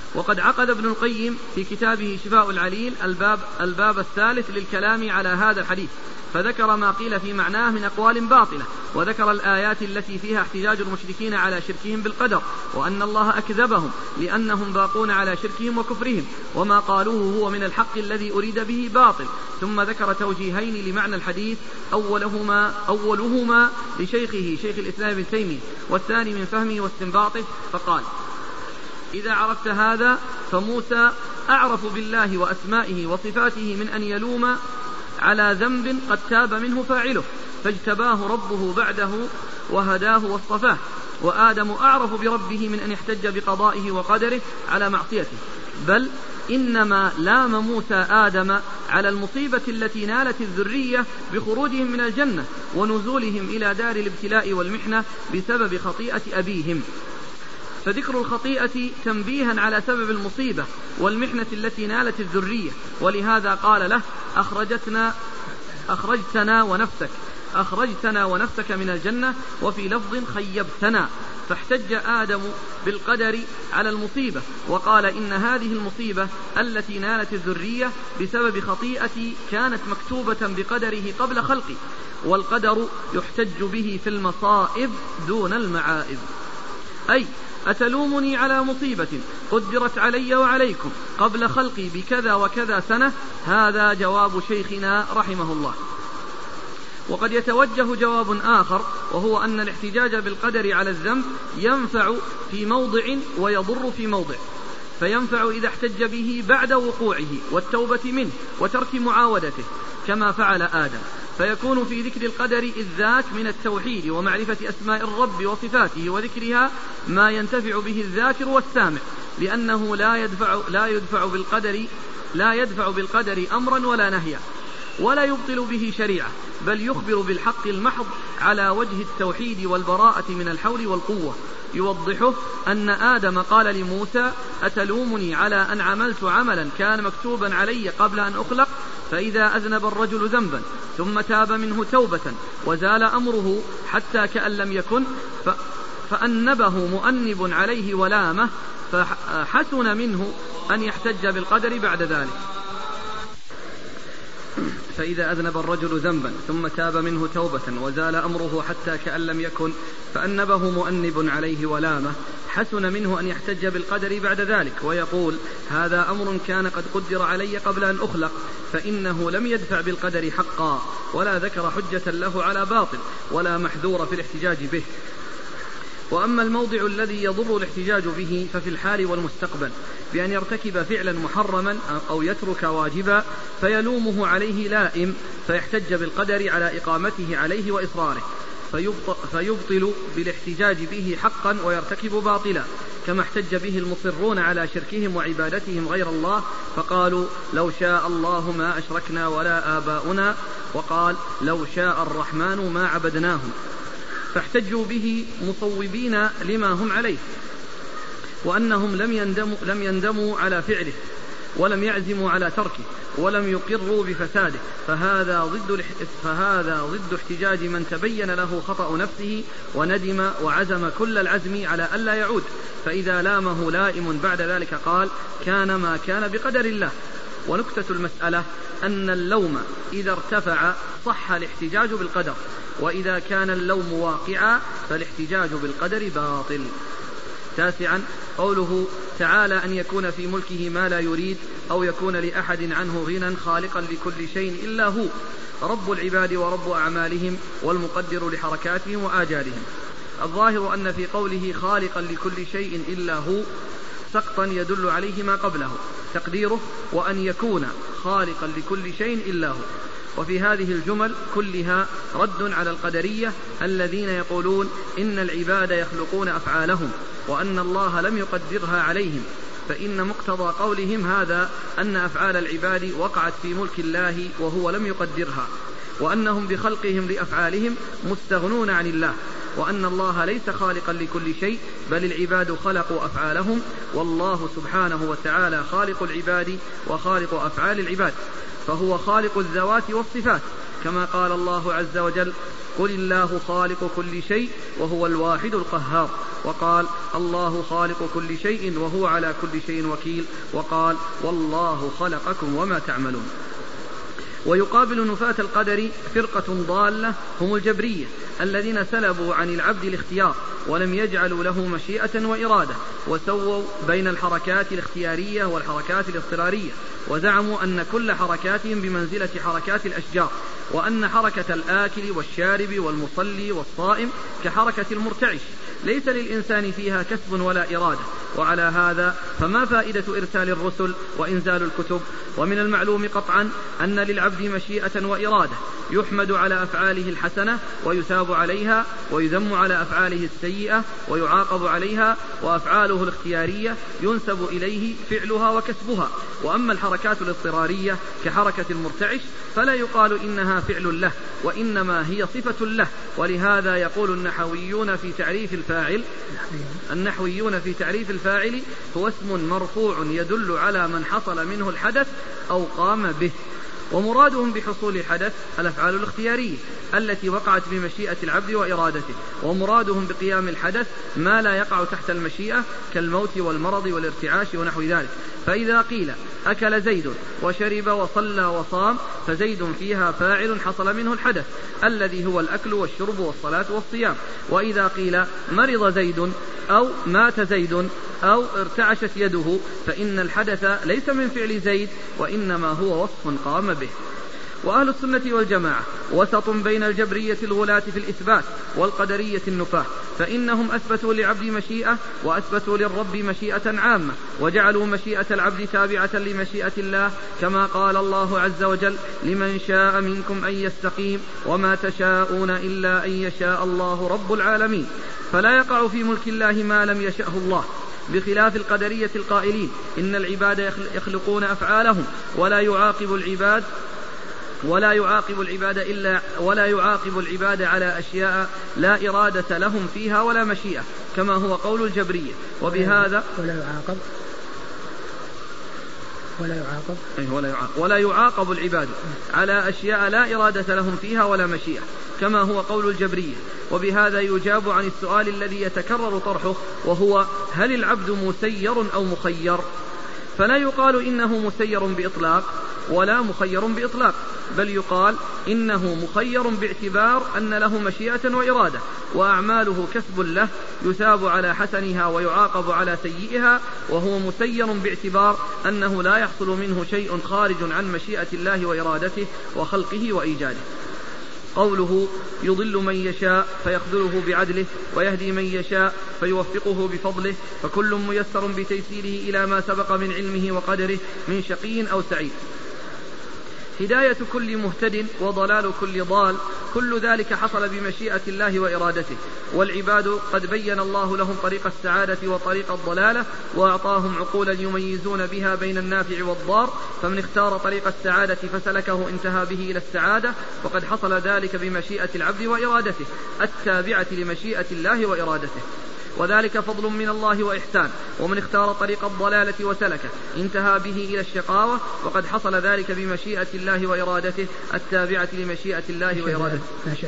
Speaker 2: وقد عقد ابن القيم في كتابه شفاء العليل الباب الثالث للكلام على هذا الحديث، فذكر ما قيل في معناه من أقوال باطلة، وذكر الآيات التي فيها احتجاج المشركين على شركهم بالقدر، وأن الله أكذبهم لأنهم باقون على شركهم وكفرهم، وما قالوه هو من الحق الذي أريد به باطل. ثم ذكر توجيهين لمعنى الحديث، أولهما لشيخه شيخ الإسلام ابن تيمية، والثاني من فهمه واستنباطه، فقال: إذا عرفت هذا فموسى أعرف بالله وأسمائه وصفاته من أن يلوم على ذنب قد تاب منه فاعله، فاجتباه ربه بعده وهداه واصطفاه. وآدم أعرف بربه من أن يحتج بقضائه وقدره على معصيته، بل إنما لام موسى آدم على المصيبة التي نالت الذرية بخروجهم من الجنة ونزولهم إلى دار الابتلاء والمحنة بسبب خطيئة أبيهم، فذكر الخطيئة تنبيها على سبب المصيبة والمحنة التي نالت الذرية، ولهذا قال له: أخرجتنا ونفسك من الجنة، وفي لفظ خيبتنا. فاحتج آدم بالقدر على المصيبة، وقال: إن هذه المصيبة التي نالت الذرية بسبب خطيئتي كانت مكتوبة بقدره قبل خلقي، والقدر يحتج به في المصائب دون المعائب. أي أتلومني على مصيبة قدرت علي وعليكم قبل خلقي بكذا وكذا سنة؟ هذا جواب شيخنا رحمه الله. وقد يتوجه جواب آخر، وهو أن الاحتجاج بالقدر على الذنب ينفع في موضع ويضر في موضع، فينفع إذا احتج به بعد وقوعه والتوبة منه وترك معاودته كما فعل آدم، فيكون في ذكر القدر إذ ذاك من التوحيد ومعرفة أسماء الرب وصفاته وذكرها ما ينتفع به الذاكر والسامع، لأنه لا يدفع بالقدر أمرا ولا نهيا، ولا يبطل به شريعة، بل يخبر بالحق المحض على وجه التوحيد والبراءة من الحول والقوة. يوضحه أن آدم قال لموسى: أتلومني على أن عملت عملا كان مكتوبا علي قبل أن أخلق؟ فإذا أذنب الرجل ذنبا ثم تاب منه توبة وزال أمره حتى كأن لم يكن، فأنبه مؤنب عليه ولامه، فحسن منه أن يحتج بالقدر بعد ذلك. فإذا أذنب الرجل ذنبا ثم تاب منه توبة وزال أمره حتى كأن لم يكن، فأنبه مؤنب عليه ولامه، حسن منه أن يحتج بالقدر بعد ذلك ويقول: هذا أمر كان قد قدر علي قبل أن أخلق، فإنه لم يدفع بالقدر حقا، ولا ذكر حجة له على باطل، ولا محذور في الاحتجاج به. وأما الموضع الذي يضر الاحتجاج به ففي الحال والمستقبل، بأن يرتكب فعلا محرما أو يترك واجبا فيلومه عليه لائم، فيحتج بالقدر على إقامته عليه وإصراره، فيبطل بالاحتجاج به حقا ويرتكب باطلا، كما احتج به المصرون على شركهم وعبادتهم غير الله، فقالوا: لو شاء الله ما أشركنا ولا آباؤنا، وقال: لو شاء الرحمن ما عبدناهم، فاحتجوا به مصوبين لما هم عليه، وأنهم لم يندموا على فعله، ولم يعزموا على تركه، ولم يقروا بفساده، فهذا ضد احتجاج من تبين له خطأ نفسه وندم وعزم كل العزم على ألا يعود، فإذا لامه لائم بعد ذلك قال: كان ما كان بقدر الله. ونكتة المسألة أن اللوم إذا ارتفع صح الاحتجاج بالقدر، وإذا كان اللوم واقعا فالاحتجاج بالقدر باطل. 9. قوله تعالى: أن يكون في ملكه ما لا يريد، أو يكون لأحد عنه غنى خالقا لكل شيء إلا هو، رب العباد ورب أعمالهم والمقدر لحركاتهم وآجالهم. الظاهر أن في قوله خالقا لكل شيء إلا هو سقطا يدل عليه ما قبله، تقديره: وأن يكون خالقا لكل شيء إلا هو. وفي هذه الجمل كلها رد على القدرية الذين يقولون إن العباد يخلقون أفعالهم وأن الله لم يقدرها عليهم، فإن مقتضى قولهم هذا أن أفعال العباد وقعت في ملك الله وهو لم يقدرها، وأنهم بخلقهم لأفعالهم مستغنون عن الله، وأن الله ليس خالقا لكل شيء، بل العباد خلقوا أفعالهم، والله سبحانه وتعالى خالق العباد وخالق أفعال العباد، فهو خالق الذوات والصفات، كما قال الله عز وجل: قل الله خالق كل شيء وهو الواحد القهار. وقال الله خالق كل شيء وهو على كل شيء وكيل. وقال والله خلقكم وما تعملون. ويقابل نفاة القدر فرقة ضالة هم الجبرية الذين سلبوا عن العبد الاختيار ولم يجعلوا له مشيئة وإرادة، وسووا بين الحركات الاختيارية والحركات الاضطرارية، وزعموا أن كل حركاتهم بمنزلة حركات الأشجار، وأن حركة الآكل والشارب والمصلي والصائم كحركة المرتعش ليس للإنسان فيها كسب ولا إرادة. وعلى هذا فما فائدة إرسال الرسل وإنزال الكتب؟ ومن المعلوم قطعا أن للعبد مشيئة وإرادة، يحمد على أفعاله الحسنة ويثاب عليها، ويذم على أفعاله السيئة ويعاقب عليها، وأفعاله الاختيارية ينسب إليه فعلها وكسبها. وأما الحركات الاضطرارية كحركة المرتعش فلا يقال إنها فعل له، وإنما هي صفة له. ولهذا يقول النحويون في تعريف الفاعل هو اسم مرفوع يدل على من حصل منه الحدث أو قام به. ومرادهم بحصول الحدث الأفعال الاختيارية التي وقعت بمشيئة العبد وإرادته، ومرادهم بقيام الحدث ما لا يقع تحت المشيئة كالموت والمرض والارتعاش ونحو ذلك. فإذا قيل أكل زيد وشرب وصلى وصام فزيد فيها فاعل حصل منه الحدث الذي هو الأكل والشرب والصلاة والصيام. وإذا قيل مرض زيد أو مات زيد أو ارتعشت يده فإن الحدث ليس من فعل زيد وإنما هو وصف قام به. وأهل السنة والجماعة وسط بين الجبرية الغلاة في الإثبات والقدرية النفاة، فإنهم أثبتوا لعبد مشيئة وأثبتوا للرب مشيئة عامة، وجعلوا مشيئة العبد تابعة لمشيئة الله، كما قال الله عز وجل لمن شاء منكم أن يستقيم وما تشاءون إلا أن يشاء الله رب العالمين. فلا يقع في ملك الله ما لم يشأه الله، بخلاف القدرية القائلين إن العباد يخلقون أفعالهم ولا يعاقب العباد على أشياء لا إرادة لهم فيها ولا مشيئة، كما هو قول الجبرية. وبهذا ولا يعاقب العباد على أشياء لا إرادة لهم فيها ولا مشيئة، كما هو قول الجبرية. وبهذا يجاب عن السؤال الذي يتكرر طرحه، وهو هل العبد مسير أو مخير؟ فلا يقال إنه مسير بإطلاق ولا مخير بإطلاق، بل يقال إنه مخير باعتبار أن له مشيئة وإرادة، وأعماله كسب له يثاب على حسنها ويعاقب على سيئها، وهو مسير باعتبار أنه لا يحصل منه شيء خارج عن مشيئة الله وإرادته وخلقه وإيجاده. قوله يضل من يشاء فيخذله بعدله ويهدي من يشاء فيوفقه بفضله، فكل ميسر بتيسيره إلى ما سبق من علمه وقدره من شقي أو سعيد. هداية كل مهتد وضلال كل ضال، كل ذلك حصل بمشيئة الله وإرادته، والعباد قد بين الله لهم طريق السعادة وطريق الضلالة، وأعطاهم عقولا يميزون بها بين النافع والضار، فمن اختار طريق السعادة فسلكه انتهى به إلى السعادة، وقد حصل ذلك بمشيئة العبد وإرادته التابعة لمشيئة الله وإرادته، وذلك فضل من الله وإحسان. ومن اختار طريق الضلالة وسلكه انتهى به إلى الشقاوة، وقد حصل ذلك بمشيئة الله وإرادته التابعة لمشيئة الله وإرادته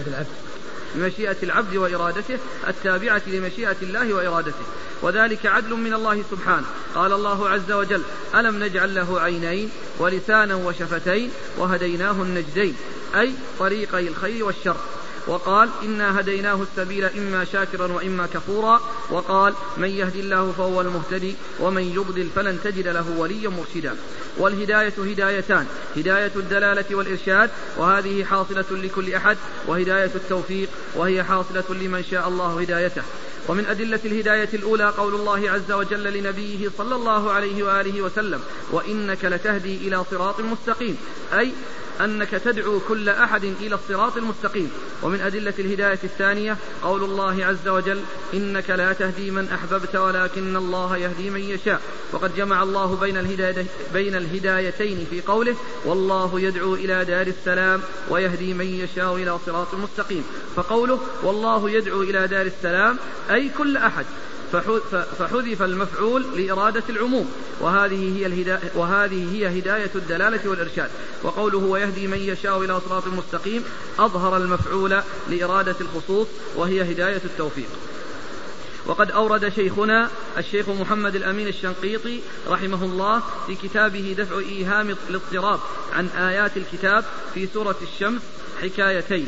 Speaker 2: بمشيئة العبد وإرادته التابعة لمشيئة الله وإرادته، وذلك عدل من الله سبحانه. قال الله عز وجل ألم نجعل له عينين ولسانا وشفتين وهديناه النجدين، أي طريقي الخير والشر. وقال إنا هديناه السبيل إما شاكرا وإما كفورا. وقال من يهد الله فهو المهتدي ومن يضلل فلن تجد له وليا مرشدا. والهداية هدايتان، هداية الدلالة والإرشاد وهذه حاصلة لكل أحد، وهداية التوفيق وهي حاصلة لمن شاء الله هدايته. ومن أدلة الهداية الأولى قول الله عز وجل لنبيه صلى الله عليه وآله وسلم وإنك لتهدي إلى صراط مستقيم، أي أنك تدعو كل أحد إلى الصراط المستقيم. ومن أدلة الهداية الثانية قول الله عز وجل إنك لا تهدي من أحببت ولكن الله يهدي من يشاء. وقد جمع الله بين الهدايتين في قوله والله يدعو إلى دار السلام ويهدي من يشاء إلى صراط مستقيم. فقوله والله يدعو إلى دار السلام أي كل أحد فحذف المفعول لإرادة العموم، وهذه هي هداية الدلالة والإرشاد. وقوله ويهدي من يشاء إلى صراط مستقيم أظهر المفعول لإرادة الخصوص وهي هداية التوفيق. وقد أورد شيخنا الشيخ محمد الأمين الشنقيطي رحمه الله في كتابه دفع إيهام الاضطراب عن آيات الكتاب في سورة الشمس حكايتين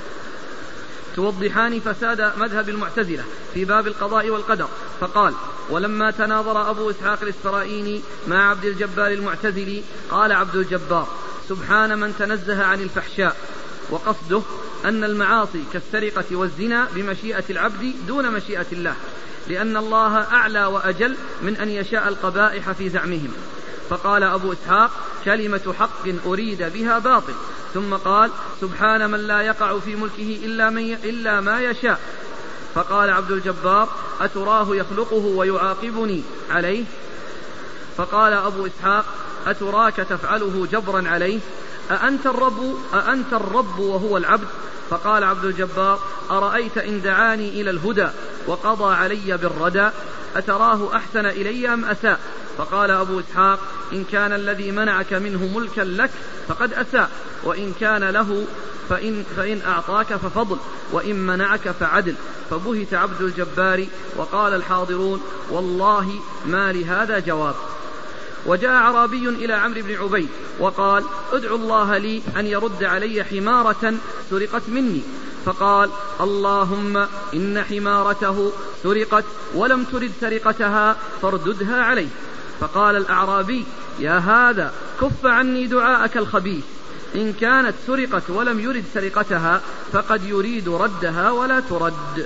Speaker 2: توضحان فساد مذهب المعتزلة في باب القضاء والقدر، فقال: ولما تناظر أبو إسحاق الإسفرائيني مع عبد الجبار المعتزلي قال عبد الجبار: سبحان من تنزه عن الفحشاء، وقصده أن المعاصي كالسرقة والزنا بمشيئة العبد دون مشيئة الله، لأن الله أعلى وأجل من أن يشاء القبائح في زعمهم. فقال أبو إسحاق: كلمة حق أريد بها باطل. ثم قال: سبحان من لا يقع في ملكه إلا ما يشاء. فقال عبد الجبار: أتراه يخلقه ويعاقبني عليه؟ فقال أبو إسحاق: أتراك تفعله جبرا عليه؟ أأنت الرب وهو العبد؟ فقال عبد الجبار: أرأيت إن دعاني إلى الهدى وقضى علي بالردى أتراه أحسن إلي أم أساء؟ فقال أبو إسحاق: إن كان الذي منعك منه ملكا لك فقد أساء، وإن كان له فإن أعطاك ففضل، وإن منعك فعدل. فبهت عبد الجبار وقال الحاضرون: والله ما لهذا جواب. وجاء أعرابي إلى عمرو بن عبيد وقال: ادعو الله لي أن يرد علي حمارة سرقت مني. فقال: اللهم إن حمارته سرقت ولم ترد سرقتها فارددها عليه. فقال الأعرابي: يا هذا كف عني دعاءك الخبيث، إن كانت سرقت ولم يرد سرقتها فقد يريد ردها ولا ترد.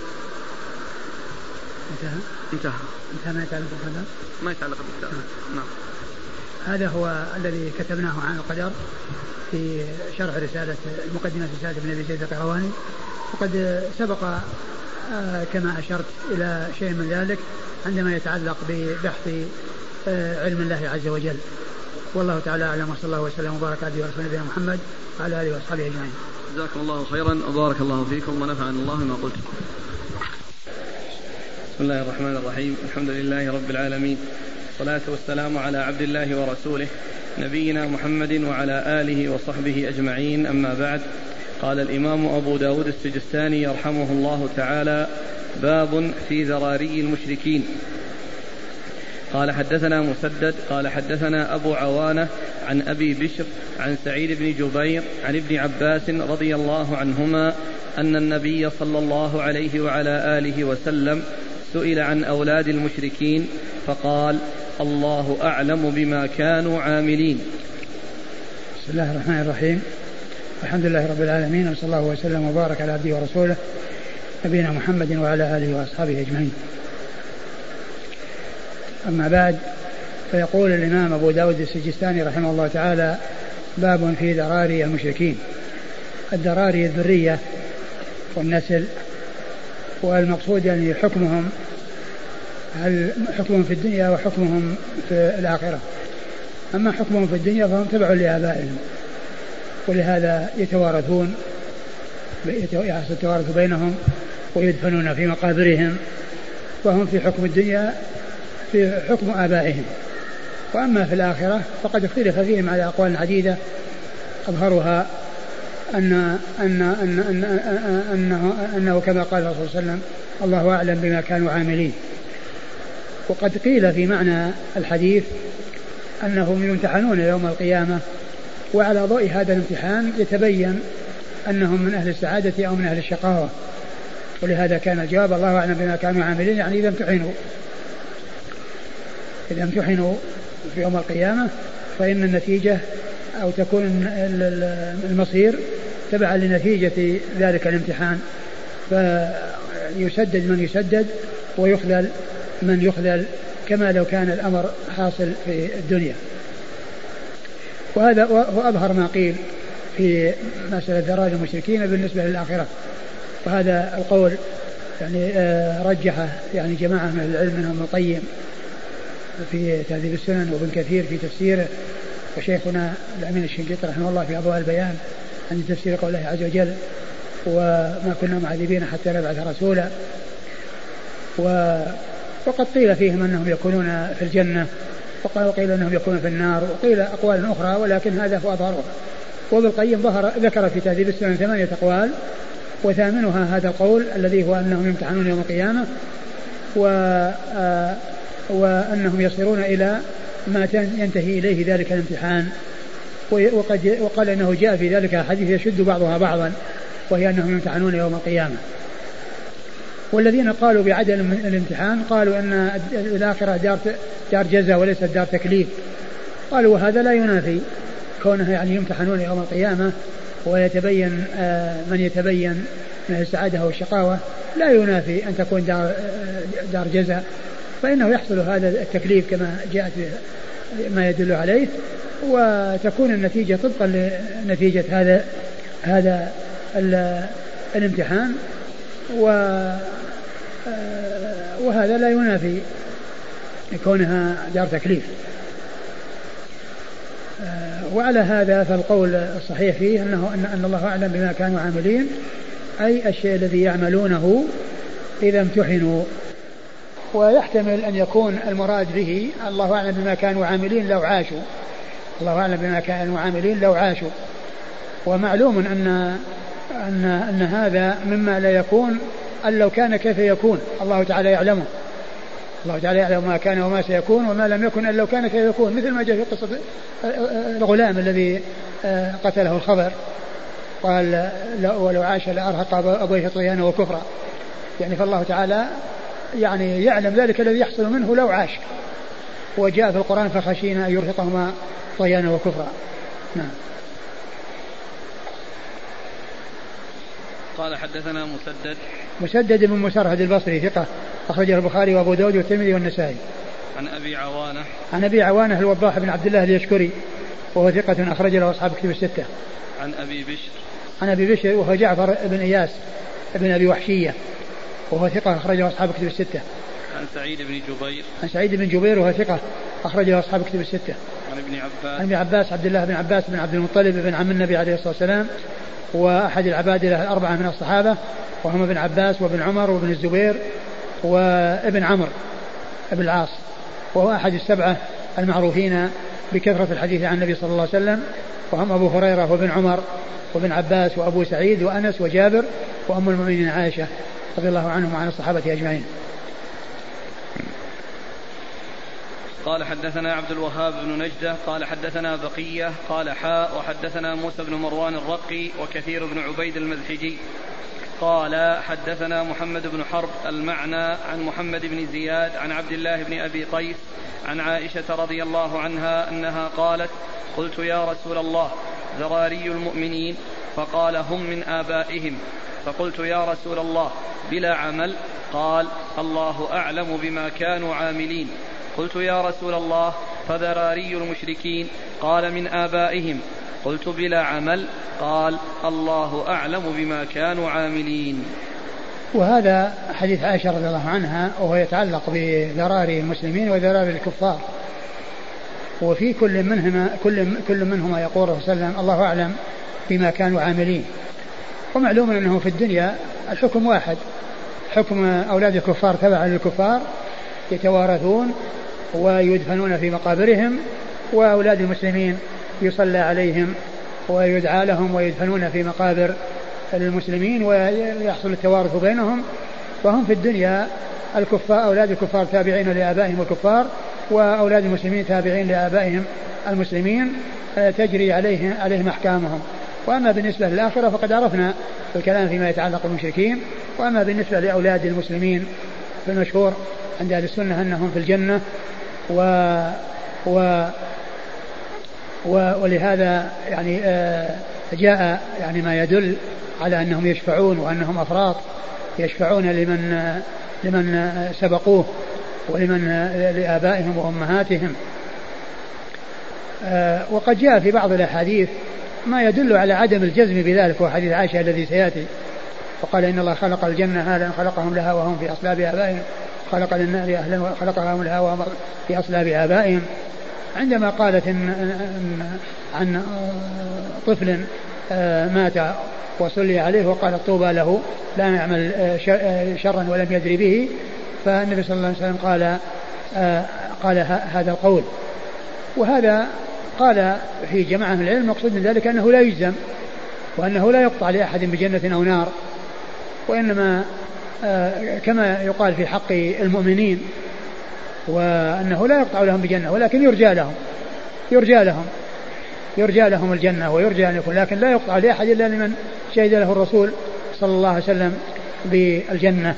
Speaker 2: انتهى
Speaker 1: ما يتعلق بالقدر.
Speaker 2: ما يتعلق بالقدر. نعم.
Speaker 1: هذا هو الذي كتبناه عن القدر في شرح رسالة المقدمة رسالة ابن أبي زيد القيرواني، وقد سبق كما أشرت إلى شيء من ذلك عندما يتعلق ببحث علم الله عز وجل. والله تعالى أعلم، وصلى الله وسلم وبارك على رسول نبينا محمد وعلى آله وأصحابه أجمعين.
Speaker 2: جزاكم الله خيرا وبارك الله فيكم ونفعنا الله ما قلت. بسم الله الرحمن الرحيم، الحمد لله رب العالمين، والصلاة والسلام على عبد الله ورسوله نبينا محمد وعلى آله وصحبه أجمعين، أما بعد. قال الإمام أبو داود السجستاني يرحمه الله تعالى: باب في ذراري المشركين. قال حدثنا مسدد قال حدثنا أبو عوانة عن أبي بشر عن سعيد بن جبير عن ابن عباس رضي الله عنهما أن النبي صلى الله عليه وعلى آله وسلم سئل عن أولاد المشركين فقال: الله أعلم بما كانوا عاملين.
Speaker 1: بسم الله الرحمن الرحيم، الحمد لله رب العالمين، وصلى الله وسلم وبارك على عبده ورسوله نبينا محمد وعلى آله وأصحابه أجمعين. أما بعد، فيقول الإمام أبو داود السجستاني رحمه الله تعالى: باب في ذراري المشركين. الذراري الذرية والنسل، والمقصود يعني حكمهم في الدنيا وحكمهم في الآخرة. أما حكمهم في الدنيا فهم تبع لآبائهم، ولهذا يتوارثون التوارث بينهم ويدفنون في مقابرهم، وهم في حكم الدنيا في حكم آبائهم. وأما في الآخرة فقد اختلف فيهم على أقوال عديدة، أظهرها أنه كما قال الرسول صلى الله عليه وسلم: الله أعلم بما كانوا عاملين. وقد قيل في معنى الحديث أنهم يمتحنون يوم القيامة، وعلى ضوء هذا الامتحان يتبين أنهم من أهل السعادة أو من أهل الشقاوة. ولهذا كان الجواب: الله أعلم بما كانوا عاملين، يعني إذا امتحنوا في يوم القيامة فإن النتيجة أو تكون المصير تبعا لنتيجة ذلك الامتحان، فيسدد من يسدد ويخذل من يخذل، كما لو كان الأمر حاصل في الدنيا. وهذا وأظهر ما قيل في مسألة ذراري المشركين بالنسبة للآخرة. وهذا القول يعني رجحه يعني جماعة من العلم، منهم ابن القيم في تهذيب السنن، وابن كثير في تفسيره، وشيخنا الأمين الشنقيطي رحمه الله في أضواء البيان عن تفسير قول الله عز وجل: وما كنا معذبين حتى نبعث رسولا. وقد قيل فيهم أنهم يكونون في الجنة، وقيل أنهم يكونون في النار، وقيل أقوال أخرى، ولكن هذا هو أظهرها. وابن القيم ذكر في تهذيب السنن 8 أقوال، وثامنها هذا القول الذي هو أنهم يمتحنون يوم القيامة، وأنهم يصيرون إلى ما ينتهي إليه ذلك الامتحان. وقال إنه جاء في ذلك حديث يشد بعضها بعضا، وهي أنهم يمتحنون يوم القيامة. والذين قالوا بعدم الامتحان قالوا أن الآخرة دار جزاء وليست دار تكليف. قالوا وهذا لا ينافي كونها يعني يمتحنون يوم القيامة ويتبين من يتبين من السعادة والشقاوة، لا ينافي أن تكون دار جزاء، فإنه يحصل هذا التكليف كما جاءت ما يدل عليه، وتكون النتيجة طبقا لنتيجة هذا الامتحان، وهذا لا ينافي كونها دار تكليف. وعلى هذا فالقول الصحيح فيه أن الله أعلم بما كانوا عاملين، أي الشيء الذي يعملونه إذا امتحنوا. ويحتمل أن يكون المراد به الله أعلم بما كانوا عاملين لو عاشوا، الله أعلم بما كانوا عاملين لو عاشوا. ومعلوم أن هذا مما لا يكون أن لو كان كيف يكون، الله تعالى يعلمه، الله تعالى يعلم ما كان وما سيكون، وما لم يكن أن لو كان كيف يكون، مثل ما جاء في قصة الغلام الذي قتله الخضر، قال ولو عاش لأرهق أبويه طغيانا وكفرا، يعني فالله تعالى يعني يعلم ذلك الذي يحصل منه لو عاش. وجاء في القرآن فخشينا أن يرهقهما طغيانا وكفرا. نعم.
Speaker 2: قال حدثنا
Speaker 1: مسدد بن مسرهد البصري ثقة أخرجه البخاري وأبو داود والترمذي والنسائي.
Speaker 2: عن
Speaker 1: أبي عوانة الوضاح بن عبد الله اليشكري وهو ثقة أخرج له أصحاب كتب الستة. عن أبي بشر وهو جعفر بن إياس بن أبي وحشية وهو ثقة أخرجه أصحاب كتب الستة.
Speaker 2: عن
Speaker 1: سعيد بن جبير وهو ثقة أخرجه أصحاب كتب الستة. عن ابن عباس عبد الله بن عباس بن عبد المطلب بن عم النبي عليه الصلاة والسلام، وأحد العبادلة الأربعة من الصحابة، وهم ابن عباس وابن عمر وابن الزبير وابن عمرو ابن العاص، وهو أحد السبعة المعروفين بكثرة الحديث عن النبي صلى الله عليه وسلم، وهم أبو هريرة وابن عمر وابن عباس وأبو سعيد وأنس وجابر وأم المؤمنين عائشة رضي الله عنهم وعن الصحابة أجمعين.
Speaker 2: قال حدثنا عبد الوهاب بن نجدة قال حدثنا بقية قال وحدثنا موسى بن مروان الرقي وكثير بن عبيد المذحجي قال حدثنا محمد بن حرب المعنى عن محمد بن زياد عن عبد الله بن أبي قيس عن عائشة رضي الله عنها أنها قالت قلت يا رسول الله ذراري المؤمنين؟ فقال هم من آبائهم. فقلت يا رسول الله بلا عمل؟ قال الله أعلم بما كانوا عاملين. قلت يا رسول الله فذراري المشركين؟ قال من آبائهم. قلت بلا عمل؟ قال الله أعلم بما كانوا عاملين.
Speaker 1: وهذا حديث عائشة رضي الله عنها وهو يتعلق بذراري المسلمين وذراري الكفار، وفي كل منهما يقول صلى الله عليه وسلم الله أعلم بما كانوا عاملين. ومعلوم أنه في الدنيا الحكم واحد، حكم أولاد الكفار تبع للكفار يتوارثون ويدفنون في مقابرهم، وأولاد المسلمين يصلى عليهم ويدعى لهم ويدفنون في مقابر المسلمين ويحصل التوارث بينهم. وهم في الدنيا الكفار أولاد الكفار تابعين لآبائهم الكفار، وأولاد المسلمين تابعين لآبائهم المسلمين، تجري عليهم أحكامهم. وأما بالنسبة للآخرة فقد عرفنا الكلام فيما يتعلق بالمشركين. وأما بالنسبة لأولاد المسلمين فالمشهور عند أهل السنة أنهم في الجنة، ولهذا يعني جاء يعني ما يدل على أنهم يشفعون وأنهم أفراط يشفعون لمن سبقوه ولمن لآبائهم وأمهاتهم. وقد جاء في بعض الأحاديث ما يدل على عدم الجزم بذلك، وحديث عائشة الذي سيأتي، وقال إن الله خلق الجنة أهلا خلقهم لها وهم في أصلاب آبائهم، خلق للنار أهلا خلقهم لها وهم في أصلاب آبائهم. عندما قالت عن طفل مات وصلي عليه وقال طوبى له لا يعمل شرا ولم يدري به، فالنبي صلى الله عليه وسلم قال هذا القول. وهذا قال في جماعة من العلم مقصود من ذلك أنه لا يجزم، وأنه لا يقطع لأحد بجنة أو نار، وإنما كما يقال في حق المؤمنين، وأنه لا يقطع لهم بجنة ولكن يرجى لهم الجنة ويرجى أن يكون، لكن لا يقطع لأحد إلا لمن شهد له الرسول صلى الله عليه وسلم بالجنة.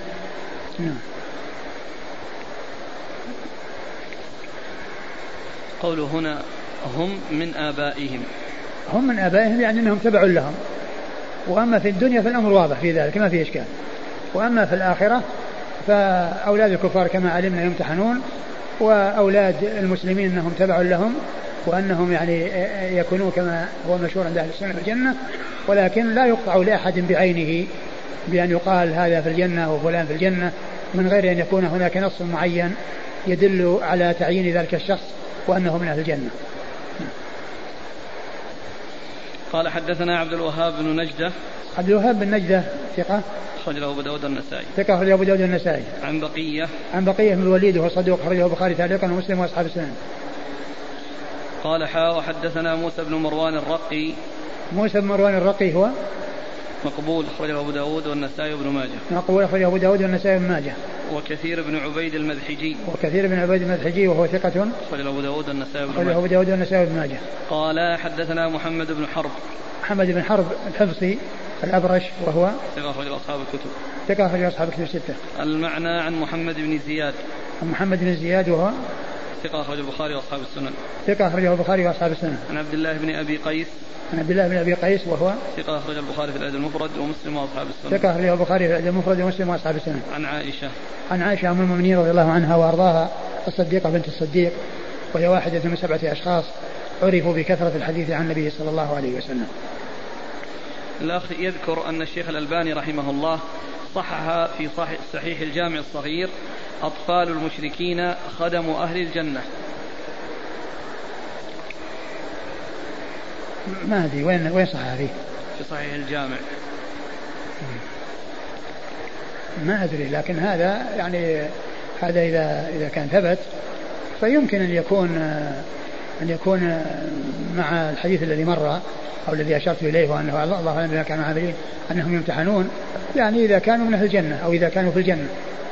Speaker 2: قوله هنا هم من
Speaker 1: آبائهم يعني أنهم تبع لهم، وأما في الدنيا فالأمر واضح في ذلك ما فيه إشكال. وأما في الآخرة فأولاد الكفار كما علمنا يمتحنون، وأولاد المسلمين أنهم تبع لهم، وأنهم يعني يكونون كما هو مشهور عند أهل السنة في الجنة، ولكن لا يقطع لأحد بعينه بأن يقال هذا في الجنة وفلان في الجنة من غير أن يكون هناك نص معين يدل على تعيين ذلك الشخص وأنه من أهل الجنة.
Speaker 2: قال حدثنا عبد الوهاب بن نجدة.
Speaker 1: عبد الوهاب بن نجدة ثقة
Speaker 2: أخرج له أبو داود النسائي.
Speaker 1: ثقة أخرج له أبو داود النسائي.
Speaker 2: عن بقية
Speaker 1: بن الوليد وهو صدوق أخرج له البخاري تعليقا ومسلم وأصحاب السنن.
Speaker 2: قال وحدثنا موسى بن مروان الرقي.
Speaker 1: موسى بن مروان الرقي هو
Speaker 2: مقبول أخرجه أبو داود والنسائي وابن ماجه.
Speaker 1: مقبول أخرجه أبو داود والنسائي وابن ماجه.
Speaker 2: وكثير بن عبيد المدحجي
Speaker 1: وهو ثقة
Speaker 2: أخرجه أبو داود والنسائي وابن ماجه. قال حدثنا محمد بن حرب
Speaker 1: الحفصي الأبرش وهو
Speaker 2: ثقة أخرج
Speaker 1: أصحاب الكتب الستة.
Speaker 2: المعنى عن محمد بن زياد
Speaker 1: وهو
Speaker 2: ثقة أخرج البخاري وأصحاب السنن.
Speaker 1: عن
Speaker 2: عبد الله بن أبي قيس
Speaker 1: وهو
Speaker 2: ثقة أخرج البخاري في الأدب المفرد ومسلم وأصحاب السنن.
Speaker 1: ثقة أخرج البخاري في الأدب المفرد ومسلم وأصحاب السنن. عن عائشة أم المؤمنين رضي الله عنها وأرضاها الصديقة بنت الصديق، وهي واحدة من 7 أشخاص عرفوا بكثرة الحديث عن النبي صلى الله عليه وسلم.
Speaker 2: الأخ يذكر أن الشيخ الألباني رحمه الله صحح في صحيح الجامع الصغير أطفال المشركين خدم أهل الجنة.
Speaker 1: ما أدري وين صحح فيه؟
Speaker 2: في صحيح الجامع.
Speaker 1: ما أدري، لكن هذا يعني هذا إذا كان ثبت فيمكن أن يكون مع الحديث الذي مر أو الذي أشرت إليه، وأنه الله أعلم بما كانوا عاملين أنهم يمتحنون، يعني إذا كانوا من أهل الجنة أو إذا كانوا في الجنة.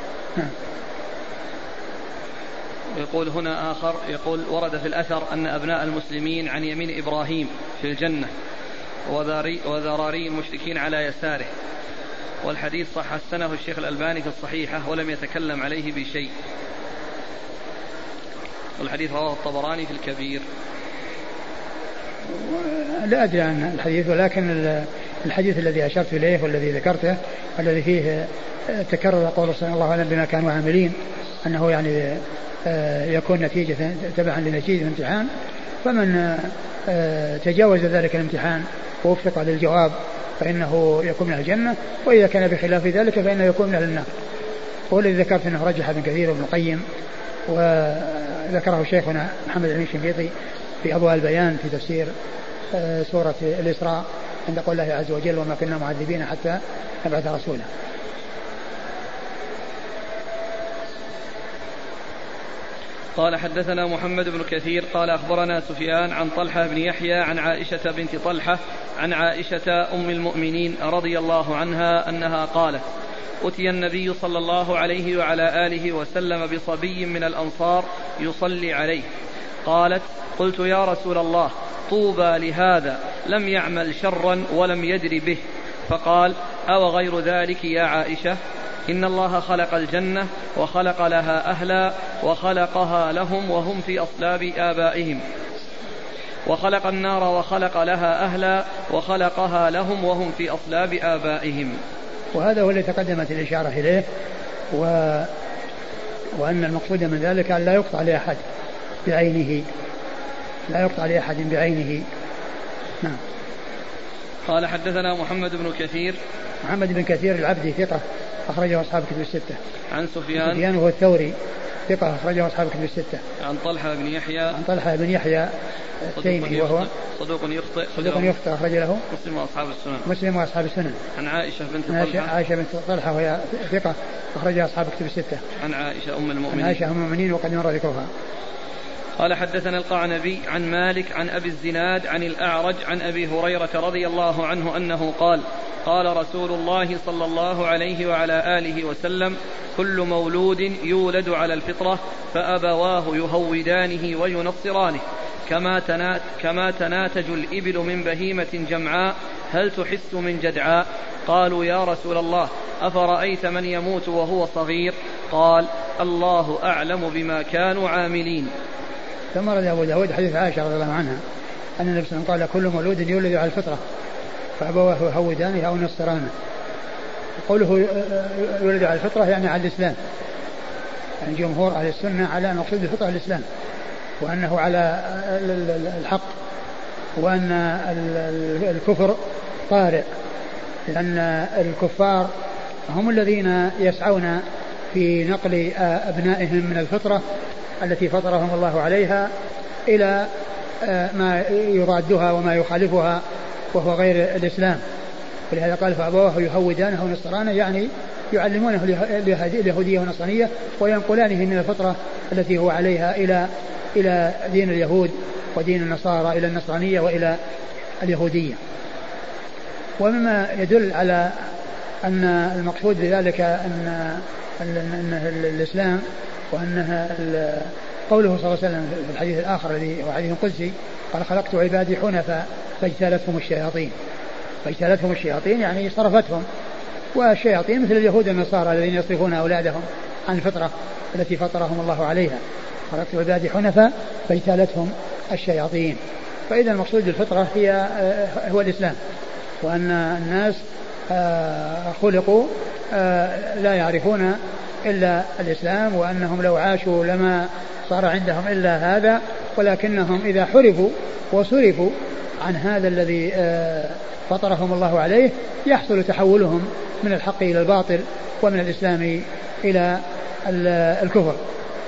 Speaker 2: يقول هنا آخر ورد في الأثر أن أبناء المسلمين عن يمين إبراهيم في الجنة وذراري المشركين على يساره، والحديث صح حسنه الشيخ الألباني في الصحيحة ولم يتكلم عليه بشيء، والحديث رواه الطبراني في الكبير.
Speaker 1: لا أدري عن الحديث، ولكن الحديث الذي أشرت إليه والذي ذكرته الذي فيه تكرر قول صلى الله عليه وسلم بما كانوا عاملين، أنه يعني يكون نتيجة تبعا لنتيجة الامتحان، فمن تجاوز ذلك الامتحان ووفق للجواب فإنه يكون من أهل الجنة، وإذا كان بخلاف ذلك فإنه يكون من أهل النار. والذي ذكرت أنه رجح ابن كثير وابن القيم، وذكره شيخنا محمد الأمين الشنقيطي في أضواء البيان في تفسير سورة الإسراء عند قول الله عز وجل وما كنا معذبين حتى نبعث رسولا.
Speaker 2: قال حدثنا محمد بن كثير قال أخبرنا سفيان عن طلحة بن يحيى عن عائشة بنت طلحة عن عائشة أم المؤمنين رضي الله عنها أنها قالت: أتي النبي صلى الله عليه وعلى آله وسلم بصبي من الأنصار يصلي عليه، قالت: قلت يا رسول الله طوبى لهذا لم يعمل شرا ولم يدر به، فقال: أو غير ذلك يا عائشة، إن الله خلق الجنة وخلق لها أهلا وخلقها لهم وهم في أصلاب آبائهم، وخلق النار وخلق لها أهلا وخلقها لهم وهم في أصلاب آبائهم.
Speaker 1: وهذا هو الذي تقدمت الإشارة إليه، وأن المقصود من ذلك أن لا يقطع لأحد بعينه، نعم.
Speaker 2: قال حدثنا محمد بن كثير
Speaker 1: العبدي ثقة أخرجه أصحاب الكتب الستة.
Speaker 2: عن سفيان
Speaker 1: وهو الثوري ثقة أخرجه أصحاب الكتب الستة.
Speaker 2: عن طلحة بن يحيى
Speaker 1: التيمي وهو
Speaker 2: صدوق
Speaker 1: يخطئ أخرج له
Speaker 2: مسلم وأصحاب السنن. عن
Speaker 1: عائشة بنت طلحة وهي ثقة أخرجها أصحاب الكتب الستة.
Speaker 2: عن عائشة أم المؤمنين
Speaker 1: وقد مر ذكرها.
Speaker 2: قال حدثنا القعنبي عن مالك عن أبي الزناد عن الأعرج عن أبي هريرة رضي الله عنه أنه قال قال رسول الله صلى الله عليه وعلى آله وسلم كل مولود يولد على الفطرة فأبواه يهودانه وينصرانه كما تناتج الإبل من بهيمة جمعاء هل تحس من جدعاء. قالوا يا رسول الله أفرأيت من يموت وهو صغير؟ قال الله أعلم بما كانوا عاملين.
Speaker 1: ثم رد أبو داود حديث عائشة رضي الله عنها أن النبي صلى الله عليه وسلم قال كل مولود يولد على الفطرة فأبواه يهودانه أو ينصرانه. قوله يولد على الفطرة يعني على الإسلام، يعني جمهور أهل السنة على مقصود الفطرة الإسلام، وأنه على الحق، وأن الكفر طارئ، لأن الكفار هم الذين يسعون في نقل أبنائهم من الفطرة التي فطرهم الله عليها إلى ما يضادها وما يخالفها وهو غير الإسلام. ولهذا قال فأبواه يهودانه ونصرانه، يعني يعلمونه اليهودية والنصرانية وينقلانه من الفطرة التي هو عليها إلى دين اليهود ودين النصارى، إلى النصرانية وإلى اليهودية. ومما يدل على أن المقصود بذلك أن الإسلام، وأنها قوله صلى الله عليه وسلم في الحديث الآخر الذي هو حديث قدسي قال خلقت عبادي حنفاء فاجتالتهم الشياطين يعني صرفتهم. والشياطين مثل اليهود والنصارى الذين يصرفون أولادهم عن الفطرة التي فطرهم الله عليها. خلقت عبادي حنفاء فاجتالتهم الشياطين. فإذا المقصود بالفطرة هو الإسلام، وأن الناس خلقوا لا يعرفون إلا الإسلام، وأنهم لو عاشوا لما صار عندهم إلا هذا، ولكنهم إذا حرفوا وصرفوا عن هذا الذي فطرهم الله عليه يحصل تحولهم من الحق إلى الباطل ومن الإسلام إلى الكفر.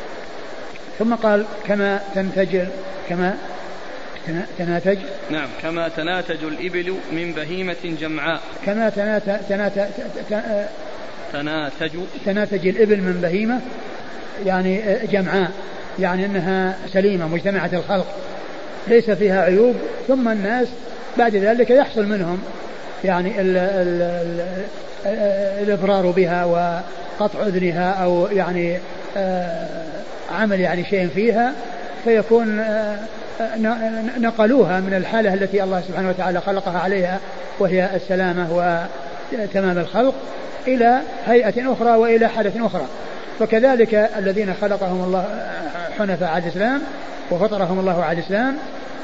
Speaker 1: ثم قال كما
Speaker 2: تناتج الإبل من بهيمة جمعاء.
Speaker 1: كما تناتج الإبل من بهيمة يعني جمعاء، يعني أنها سليمة مجتمعة الخلق ليس فيها عيوب، ثم الناس بعد ذلك يحصل منهم يعني الإضرار بها وقطع أذنها أو يعني عمل يعني شيء فيها، فيكون نقلوها من الحالة التي الله سبحانه وتعالى خلقها عليها وهي السلامة وتمام الخلق إلى هيئة أخرى وإلى حالة أخرى. فكذلك الذين خلقهم الله حنفاء على الإسلام وفطرهم الله على الإسلام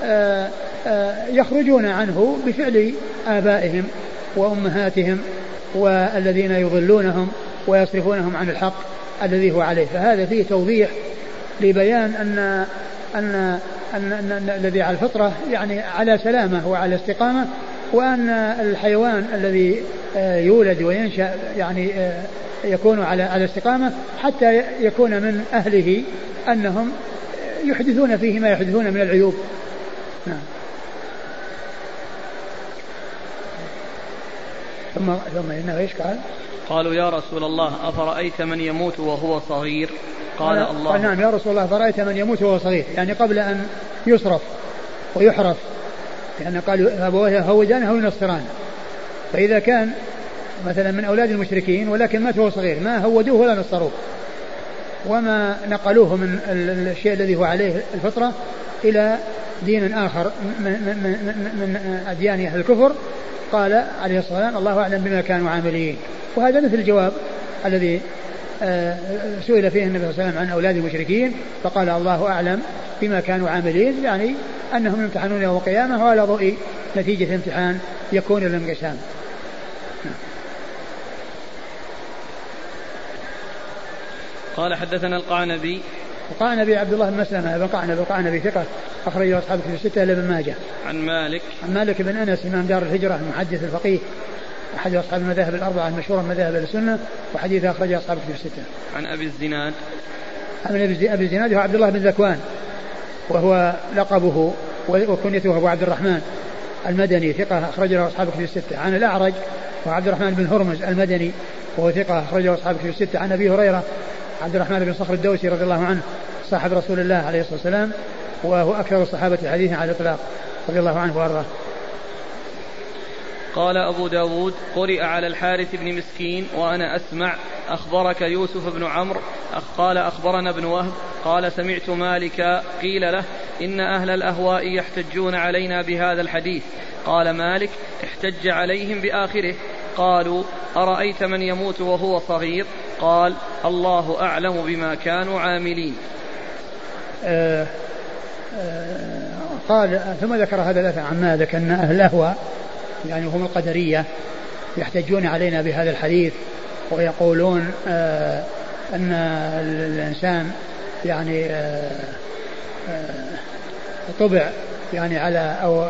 Speaker 1: يخرجون عنه بفعل آبائهم وأمهاتهم والذين يضلونهم ويصرفونهم عن الحق الذي هو عليه. فهذا فيه توضيح لبيان أن الذي على الفطرة يعني على سلامة وعلى استقامة، وأن الحيوان الذي يولد وينشأ يعني يكون على استقامة حتى يكون من أهله أنهم يحدثون فيه ما يحدثون من العيوب. نعم. ثم إنه إيش قال؟
Speaker 2: قالوا يا رسول الله أفرأيت من يموت وهو صغير؟ قال الله
Speaker 1: قال نعم يا رسول الله فرأيت من يموت وهو صغير، يعني قبل أن يصرف ويحرف، لأن قالوا أبواه يهودانه أو ينصرانه. فإذا كان مثلا من أولاد المشركين ولكن مات وهو صغير ما هودوه ولا نصروه وما نقلوه من الشيء الذي هو عليه الفطرة إلى دين آخر من أديان أهل الكفر، قال عليه الصلاة والسلام الله أعلم بما كانوا عاملين. وهذا مثل الجواب الذي سئل فيه النبي صلى الله عليه وسلم عن أولاد المشركين فقال الله أعلم بما كانوا عاملين، يعني أنهم يمتحنون يوم القيامة وعلى ضوء نتيجة الامتحان يكون الانقسام.
Speaker 2: قال حدثنا القعنبي
Speaker 1: عبد الله بن مسلمة القعنبي ثقة أخرجه أصحاب الكتب الستة إلا ابن ماجه.
Speaker 2: عن
Speaker 1: مالك بن أنس إمام دار الهجرة المحدث الفقيه أحد أصحاب المذاهب الأربعة المشهورة من مذاهب السنة، وحديث أخرجه أصحاب الكتب الستة.
Speaker 2: عن
Speaker 1: أبي الزناد هو عبد الله بن ذكوان وهو لقبه وكنيته أبو عبد الرحمن المدني ثقة أخرج له أصحاب كتب الستة. عن الأعرج وعبد الرحمن بن هرمز المدني وهو ثقة أخرج له أصحاب كتب الستة. عن أبي هريرة عبد الرحمن بن صخر الدوسي رضي الله عنه صاحب رسول الله عليه الصلاة والسلام وهو أكثر الصحابة حديثا على الإطلاق رضي الله عنه وأرضاه.
Speaker 2: قال أبو داود قرئ على الحارث بن مسكين وأنا أسمع أخبرك يوسف بن عمرو قال أخبرنا ابن وهب قال سمعت مالك قيل له إن أهل الأهواء يحتجون علينا بهذا الحديث. قال مالك احتج عليهم بآخره. قالوا أرأيت من يموت وهو صغير؟ قال الله أعلم بما كانوا عاملين.
Speaker 1: قال ثم ذكر هذا الأثر عن مالك أن أهل الأهواء يعني هم القدرية يحتجون علينا بهذا الحديث ويقولون أن الإنسان يعني طبع يعني على أو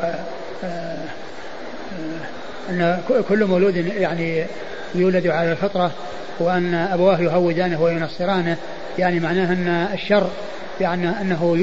Speaker 1: أن كل مولود يعني يولد على الفطرة وأن أبواه يهودانه وينصرانه يعني معناه أن الشر يعني أنه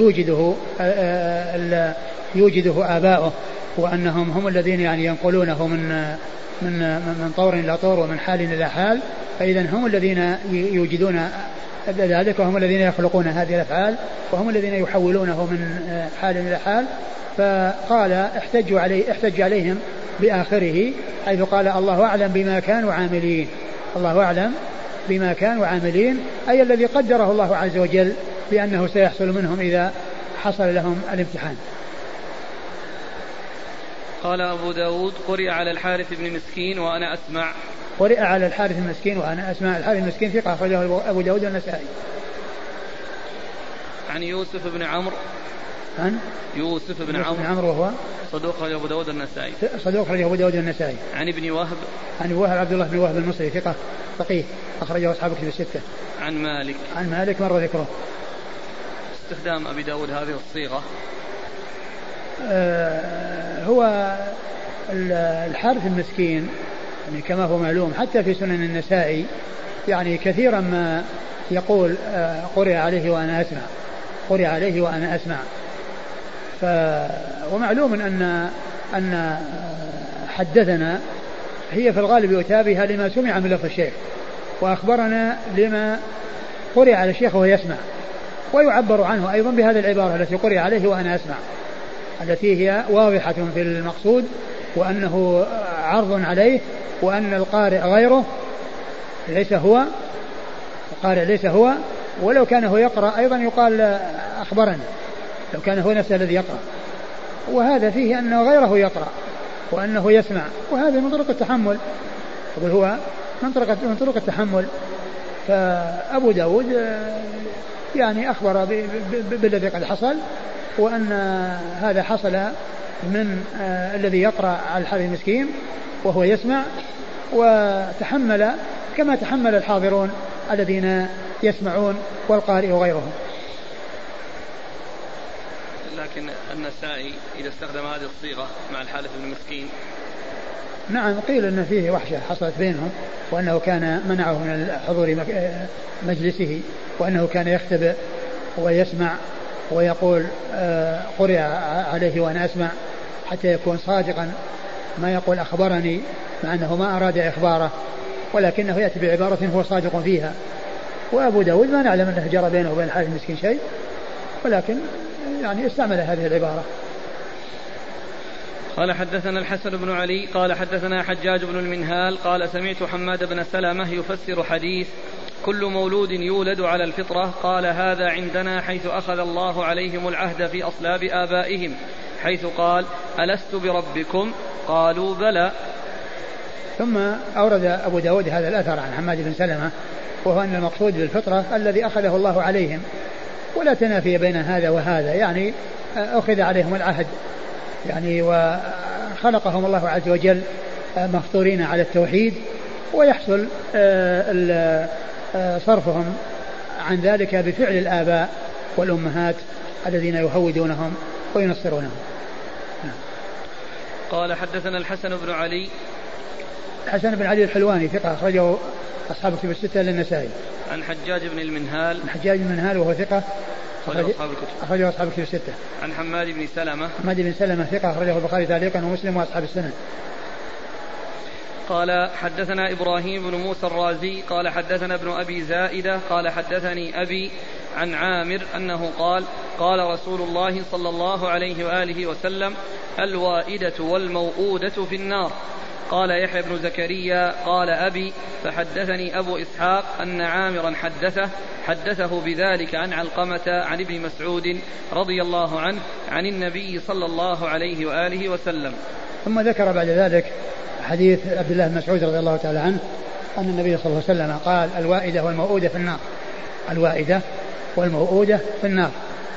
Speaker 1: يوجده آباؤه وأنهم هم الذين يعني ينقلونه من طور إلى طور ومن حال إلى حال. فإذا هم الذين يوجدون ذلك وهم الذين يخلقون هذه الأفعال وهم الذين يحولونه من حال إلى حال. فقال احتج عليهم بآخره حيث قال الله أعلم بما كانوا عاملين. الله أعلم بما كانوا عاملين أي الذي قدره الله عز وجل بأنه سيحصل منهم إذا حصل لهم الامتحان.
Speaker 2: قال أبو داود قرئ على الحارث بن مسكين وأنا أسمع.
Speaker 1: قرئ على الحارث بن مسكين وأنا أسمع. الحارث بن مسكين ثقة أخرجه أبو داود والنسائي.
Speaker 2: عن يوسف بن عمرو.
Speaker 1: عن
Speaker 2: يوسف بن عمرو
Speaker 1: وهو
Speaker 2: صدوق أخرجه أبو داود والنسائي.
Speaker 1: صدوق أخرجه أبو داود والنسائي.
Speaker 2: عن ابن وهب.
Speaker 1: عن وهب عبد الله بن وهب المصري ثقة فقيه أخرجه أصحاب كتب الستة.
Speaker 2: عن مالك.
Speaker 1: عن مالك مر ذكره.
Speaker 2: استخدام أبي داود هذه الصيغة
Speaker 1: هو الحارث المسكين يعني كما هو معلوم حتى في سنن النسائي يعني كثيرا ما يقول قرئ عليه وأنا أسمع قرئ عليه وأنا أسمع. ومعلوم أن حدثنا هي في الغالب يتابها لما سمع من لفظ الشيخ وأخبرنا لما قرئ على الشيخ وهو يسمع. ويعبر عنه أيضا بهذه العبارة التي قرئ عليه وأنا أسمع التي هي واضحة في المقصود وأنه عرض عليه وأن القارئ غيره ليس هو القارئ ليس هو. ولو كان هو يقرأ أيضا يقال أخبرني لو كان هو نفسه الذي يقرأ. وهذا فيه أنه غيره يقرأ وأنه يسمع وهذا من طرق التحمل. يقول هو من طرق التحمل. فأبو داود يعني أخبر بالذي قد حصل وأن هذا حصل من الذي يقرأ على الحارث المسكين وهو يسمع وتحمل كما تحمل الحاضرون الذين يسمعون والقارئ وغيرهم.
Speaker 2: لكن النسائي إذا استخدم هذه الصيغة مع الحارث المسكين
Speaker 1: نعم قيل أن فيه وحشة حصلت بينهم وأنه كان منعه من حضور مجلسه وأنه كان يختبئ ويسمع ويقول قرئ عليه وأنا أسمع حتى يكون صادقا ما يقول أخبرني مع أنه ما أراد إخباره ولكنه يأتي بعبارة هو صادق فيها. وأبو داود ما نعلم أنه جرى بينه وبين الحارث المسكين شيء ولكن يعني استعمل هذه العبارة.
Speaker 2: قال حدثنا الحسن بن علي قال حدثنا حجاج بن المنهال قال سمعت حماد بن سلمة يفسر حديث كل مولود يولد على الفطرة قال هذا عندنا حيث أخذ الله عليهم العهد في أصلاب آبائهم حيث قال ألست بربكم قالوا بلى.
Speaker 1: ثم أورد أبو داود هذا الأثر عن حماد بن سلمة وهو أن المقصود بالفطرة الذي أخذه الله عليهم ولا تنافي بين هذا وهذا يعني أخذ عليهم العهد يعني وخلقهم الله عز وجل مفطورين على التوحيد ويحصل صرفهم عن ذلك بفعل الآباء والأمهات الذين يهودونهم وينصرونهم.
Speaker 2: قال حدثنا الحسن بن علي.
Speaker 1: الحسن بن علي الحلواني ثقة أخرجه أصحاب كتب الستة إلا النسائي.
Speaker 2: عن حجاج بن المنهال.
Speaker 1: عن حجاج بن المنهال وهو ثقة أخرجه أصحاب الكتب الستة.
Speaker 2: عن حماد بن سلمة.
Speaker 1: حماد بن سلمة ثقة أخرجه البخاري تعليقا ومسلم وأصحاب السنن.
Speaker 2: قال حدثنا إبراهيم بن موسى الرازي قال حدثنا ابن أبي زائدة قال حدثني أبي عن عامر أنه قال قال رسول الله صلى الله عليه وآله وسلم الوائدة والموؤودة في النار. قال يحيى بن زكريا قال أبي فحدثني أبو إسحاق أن عامرا حدثه بذلك عن علقمة عن ابن مسعود رضي الله عنه عن النبي صلى الله عليه وآله وسلم.
Speaker 1: ثم ذكر بعد ذلك حديث عبد الله بن مسعود رضي الله تعالى عنه أن النبي صلى الله عليه وسلم قال الوائدة والموؤودة في النار. الوائدة والموؤودة في النار.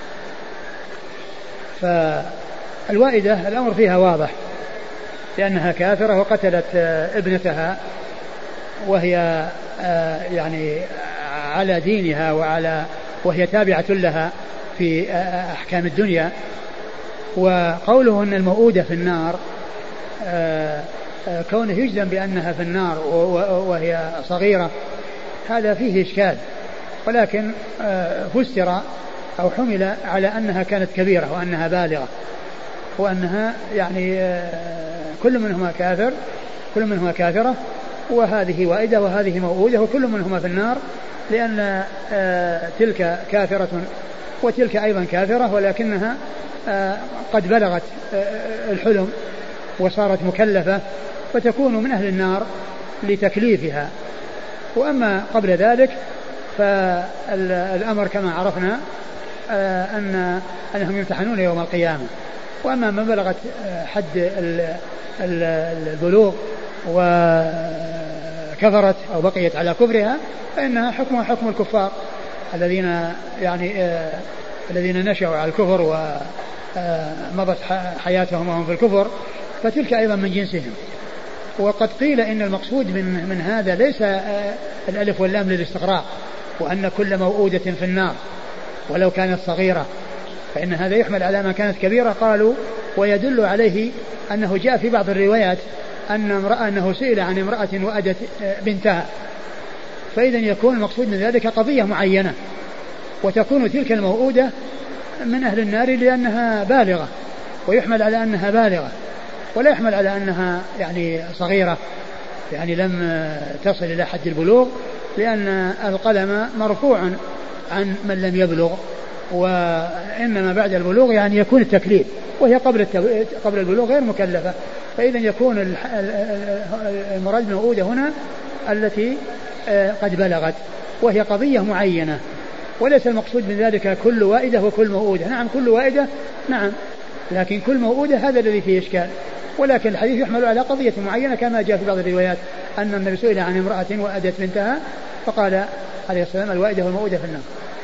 Speaker 1: فالوائدة الأمر فيها واضح لأنها كافرة وقتلت ابنتها وهي يعني على دينها وهي تابعة لها في أحكام الدنيا. وقوله أن الموؤودة في النار كونه يجزم بأنها في النار وهي صغيرة هذا فيه إشكال، ولكن فسر أو حمل على أنها كانت كبيرة وأنها بالغة وأنها يعني كل منهما كافرة وهذه وائدة وهذه موؤودة وكل منهما في النار لأن تلك كافرة وتلك أيضا كافرة ولكنها قد بلغت الحلم وصارت مكلفة فتكون من أهل النار لتكليفها. وأما قبل ذلك فالأمر كما عرفنا أنهم يمتحنون يوم القيامة. وأما من بلغت حد البلوغ وكفرت أو بقيت على كفرها فإنها حكمها حكم الكفار الذين نشأوا على الكفر ومضت حياتهم وهم في الكفر فتلك أيضا من جنسهم. وقد قيل إن المقصود من هذا ليس الألف واللام للاستغراق وأن كل موؤودة في النار ولو كانت صغيرة فإن هذا يحمل على ما كانت كبيرة. قالوا ويدل عليه أنه جاء في بعض الروايات أنه سئل عن امرأة وأدت بنتها فإذا يكون المقصود من ذلك قضية معينة وتكون تلك الموؤودة من أهل النار لأنها بالغة ويحمل على أنها بالغة ولا يحمل على أنها يعني صغيرة يعني لم تصل إلى حد البلوغ لأن القلم مرفوع عن من لم يبلغ وإنما بعد البلوغ يعني يكون التكليف وهي قبل البلوغ غير مكلفة. فإذا يكون المراد موؤودة هنا التي قد بلغت وهي قضية معينة وليس المقصود من ذلك كل وائدة وكل موؤودة. نعم كل وائدة نعم لكن كل موؤودة هذا الذي فيه إشكال. ولكن الحديث يحمل على قضية معينة كما جاء في بعض الروايات أن النبي سئل عن امرأة وأدت بنتها فقال عليه السلام الوائدة والموؤودة في النار.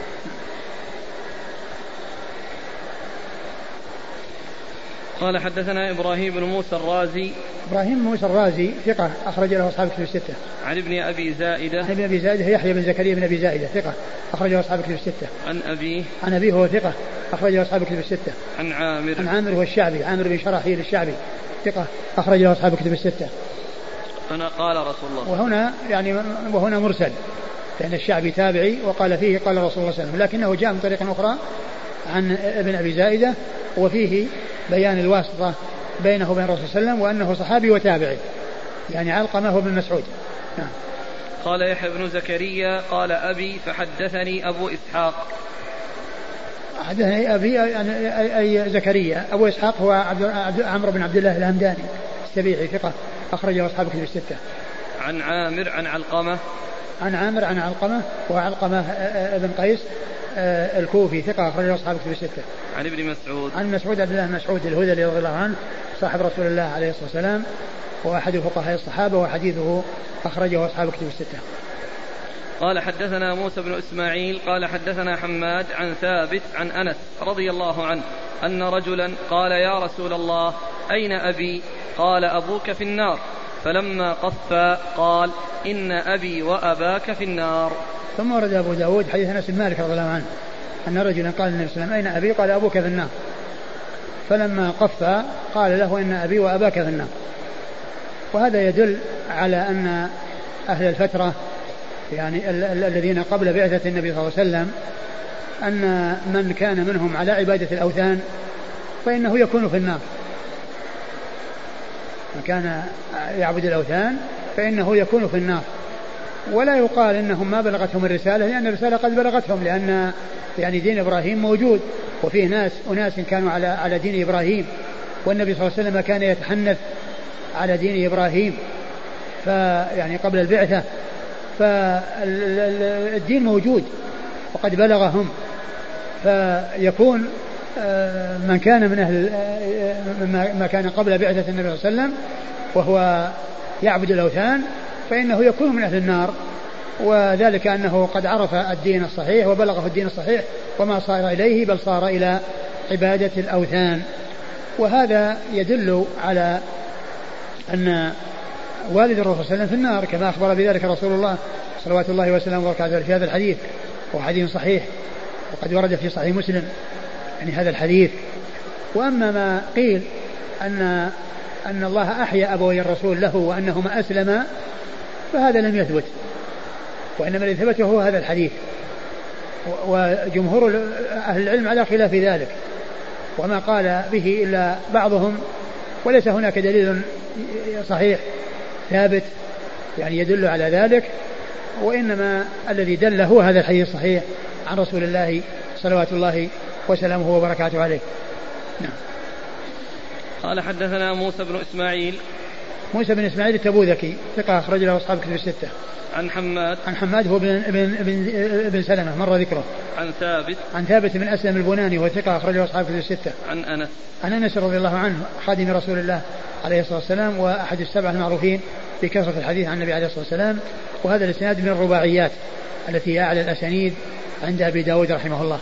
Speaker 2: قال حدثنا إبراهيم بن موسى الرازي.
Speaker 1: إبراهيم بن موسى الرازي ثقة أخرج له أصحاب الكتب الستة.
Speaker 2: عن ابن أبي زائدة.
Speaker 1: عن ابن أبي زائدة يحيى بن زكريا بن أبي زائدة ثقة أخرج له أصحاب الكتب الستة. عن أبيه هو ثقة أخرج له أصحاب الكتب الستة.
Speaker 2: عن عامر
Speaker 1: هو الشعبي عامر بن شراحيل الشعبي ثقة أخرج له أصحاب الكتب الستة.
Speaker 2: هنا قال رسول الله
Speaker 1: وهنا مرسل لأن الشعبي تابعي وقال فيه قال رسول الله صلى الله عليه وسلم لكنه جاء من طريق أخرى عن ابن أبي زائدة وفيه بيان الواسطة بينه وبين الرسول صلى الله عليه وسلم وأنه صحابي وتابعي يعني علقمة وابن مسعود. نعم.
Speaker 2: قال يحيى بن زكريا قال أبي فحدثني أبو إسحاق.
Speaker 1: حدثني أبي أي زكريا. أبو إسحاق هو عمرو بن عبد الله الهمداني السبيعي ثقة أخرجه أصحاب الكتب الستة.
Speaker 2: عن عامر عن
Speaker 1: علقمة وعلقمة ابن قيس الكوفي ثقة أخرجه أصحاب الكتب الستة.
Speaker 2: عن ابن مسعود.
Speaker 1: عن مسعود عبد الله بن مسعود الهذلي رضي الله عنه صاحب رسول الله عليه الصلاة والسلام وأحد فقهاء الصحابة وحديثه أخرجه أصحاب الكتب الستة.
Speaker 2: قال حدثنا موسى بن إسماعيل قال حدثنا حماد عن ثابت عن أنس رضي الله عنه أن رجلا قال يا رسول الله أين أبي؟ قال أبوك في النار. فلما قفى قال إن أبي وأباك في النار.
Speaker 1: ثم ورد أبو داود حديث أنس بن مالك رضي الله عنه أن رجلا قال النبي صلى الله عليه وسلم أين أبي؟ قال أبوك في النار. فلما قفى قال له إن أبي وأباك في النار. وهذا يدل على أن أهل الفترة يعني الذين قبل بعثة النبي صلى الله عليه وسلم أن من كان منهم على عبادة الأوثان فإنه يكون في النار. من كان يعبد الأوثان فإنه يكون في النار. ولا يقال إنهم ما بلغتهم الرسالة، لأن الرسالة قد بلغتهم، لأن يعني دين إبراهيم موجود، وفيه أناس كانوا على دين إبراهيم، والنبي صلى الله عليه وسلم كان يتحنث على دين إبراهيم يعني قبل البعثة، فالدين موجود وقد بلغهم. فيكون من كان من أهل ما كان قبل بعثة النبي صلى الله عليه وسلم وهو يعبد الأوثان فإنه يكون من أهل النار، وذلك أنه قد عرف الدين الصحيح وبلغه الدين الصحيح وما صار إليه، بل صار إلى عبادة الأوثان. وهذا يدل على أن والد الرسول صلى الله عليه وسلم في النار، كما أخبر بذلك رسول الله صلوات الله وسلامه وبركاته في هذا الحديث، وحديث صحيح وقد ورد في صحيح مسلم يعني هذا الحديث. وأما ما قيل أن الله أحيا أبوي الرسول له وأنهما أسلما فهذا لم يثبت، وإنما الذي ثبت هو هذا الحديث، وجمهور أهل العلم على خلاف ذلك، وما قال به إلا بعضهم، وليس هناك دليل صحيح ثابت يعني يدل على ذلك، وإنما الذي دل هو هذا الحديث الصحيح عن رسول الله صلوات الله وسلامه وبركاته عليه. نعم.
Speaker 2: قال حدثنا موسى بن إسماعيل
Speaker 1: التبوذكي ثقة أخرج له أصحاب كتب الستة.
Speaker 2: عن
Speaker 1: حماد هو ابن سلمة مر ذكره. عن ثابت بن أسلم البناني وثقة أخرج له أصحاب كتب الستة. عن أنس رضي الله عنه خادم رسول الله عليه الصلاة والسلام وأحد السبع المعروفين بكثرة الحديث عن النبي عليه الصلاة والسلام. وهذا الإسناد من الرباعيات التي هي أعلى الأسانيد عند أبي داود رحمه الله.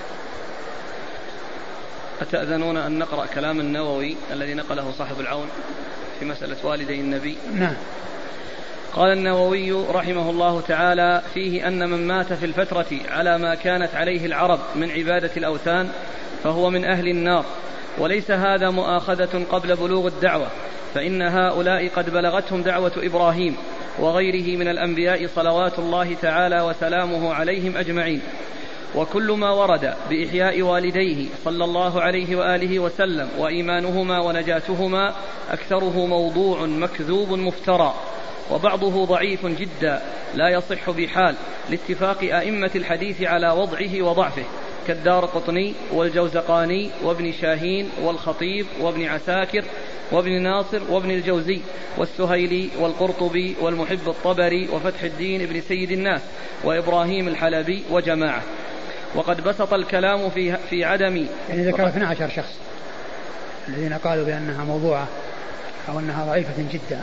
Speaker 2: أتأذنون أن نقرأ كلام النووي الذي نقله صاحب العون في مسألة والدي النبي؟
Speaker 1: نعم.
Speaker 2: قال النووي رحمه الله تعالى فيه أن من مات في الفترة على ما كانت عليه العرب من عبادة الأوثان فهو من أهل النار، وليس هذا مؤاخذة قبل بلوغ الدعوة، فإن هؤلاء قد بلغتهم دعوة إبراهيم وغيره من الأنبياء صلوات الله تعالى وسلامه عليهم أجمعين. وكل ما ورد بإحياء والديه صلى الله عليه وآله وسلم وإيمانهما ونجاتهما أكثره موضوع مكذوب مفترى، وبعضه ضعيف جدا لا يصح بحال، لاتفاق أئمة الحديث على وضعه وضعفه كالدارقطني والجوزقاني وابن شاهين والخطيب وابن عساكر وابن ناصر وابن الجوزي والسهيلي والقرطبي والمحب الطبري وفتح الدين ابن سيد الناس وإبراهيم الحلبي وجماعة. وقد بسط الكلام في عدم،
Speaker 1: يعني ذكر 12 شخص الذين قالوا بأنها موضوعة أو أنها ضعيفة جدا.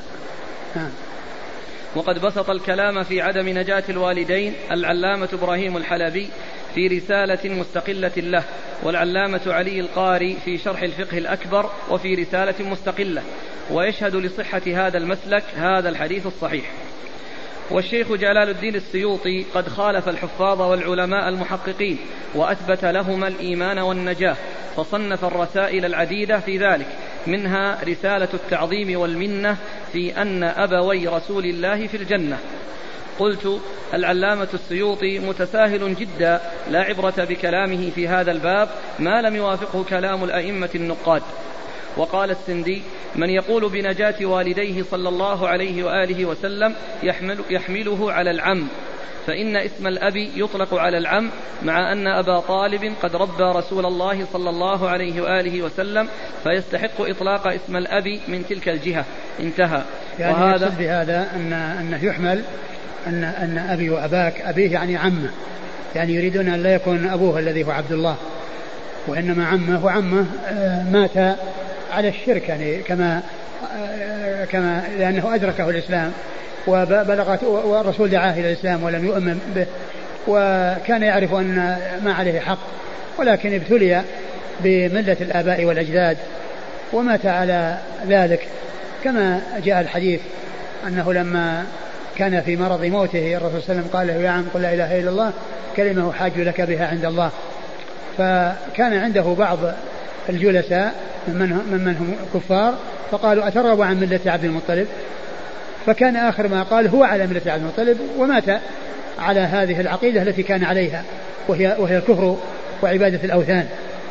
Speaker 2: وقد بسط الكلام في عدم نجاة الوالدين العلامة إبراهيم الحلبي في رسالة مستقلة له، والعلامة علي القاري في شرح الفقه الأكبر وفي رسالة مستقلة، ويشهد لصحة هذا المسلك هذا الحديث الصحيح. والشيخ جلال الدين السيوطي قد خالف الحفاظ والعلماء المحققين وأثبت لهما الإيمان والنجاة، فصنف الرسائل العديدة في ذلك، منها رسالة التعظيم والمنة في أن أبوي رسول الله في الجنة. قلت العلامة السيوطي متساهل جدا، لا عبرة بكلامه في هذا الباب ما لم يوافقه كلام الأئمة النقاد. وقال السندي من يقول بنجاة والديه صلى الله عليه وآله وسلم يحمله على العم، فإن اسم الأب يطلق على العم، مع أن أبا طالب قد ربى رسول الله صلى الله عليه وآله وسلم، فيستحق إطلاق اسم الأب من تلك الجهة. انتهى.
Speaker 1: يعني وهذا بهذا أنه يحمل أن أبي وأباك، أبيه يعني عمه، يعني يريدون أن لا يكون أبوه الذي هو عبد الله، وإنما عمه، وعمه مات على الشرك، يعني كما لأنه أدركه الإسلام وبلغت، والرسول دعاه إلى الإسلام ولم يؤمن به، وكان يعرف أن ما عليه حق، ولكن ابتلي بملة الآباء والأجداد ومات على ذلك، كما جاء الحديث أنه لما كان في مرض موته الرسول صلى الله عليه وسلم قال له يا عم قل لا إله إلا الله كلمة حاج لك بها عند الله. فكان عنده بعض الجلساء ممن هم كفار فقالوا أترغب عن ملة عبد المطلب، فكان آخر ما قال هو على ملة عبد المطلب، ومات على هذه العقيدة التي كان عليها وهي الكفر وعبادة الأوثان.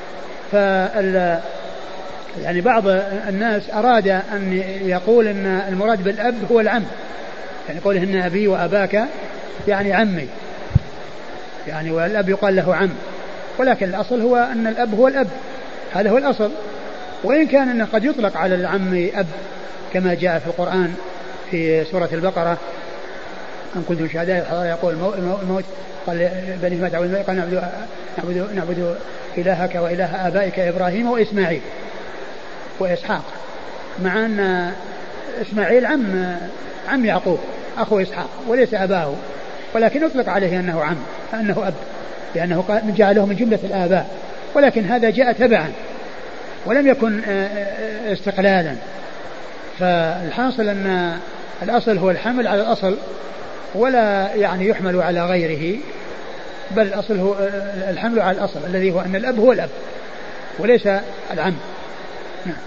Speaker 1: يعني بعض الناس أراد أن يقول أن المراد بالأب هو العم، يعني يقول إن أبي وأباك يعني عمي، يعني والأب يقال له عم، ولكن الأصل هو أن الأب هو الأب، هذا هو الأصل. وإن كان أنه قد يطلق على العم أب كما جاء في القرآن في سورة البقرة أن كنتم شهداء الحضارة يقول الموت قال بني ما تعبدون قال نعبد إلهك وإله آبائك إبراهيم وإسماعيل وإسحاق، مع أن إسماعيل عم يعقوب أخو إسحاق وليس أباه، ولكن يطلق عليه أنه عم أنه أب لأنه جعله من جملة الآباء، ولكن هذا جاء تبعا ولم يكن استقلالا. فالحاصل أن الأصل هو الحمل على الأصل ولا يعني يحمل على غيره، بل الأصل هو الحمل على الأصل الذي هو أن الأب هو الأب وليس العم. نعم.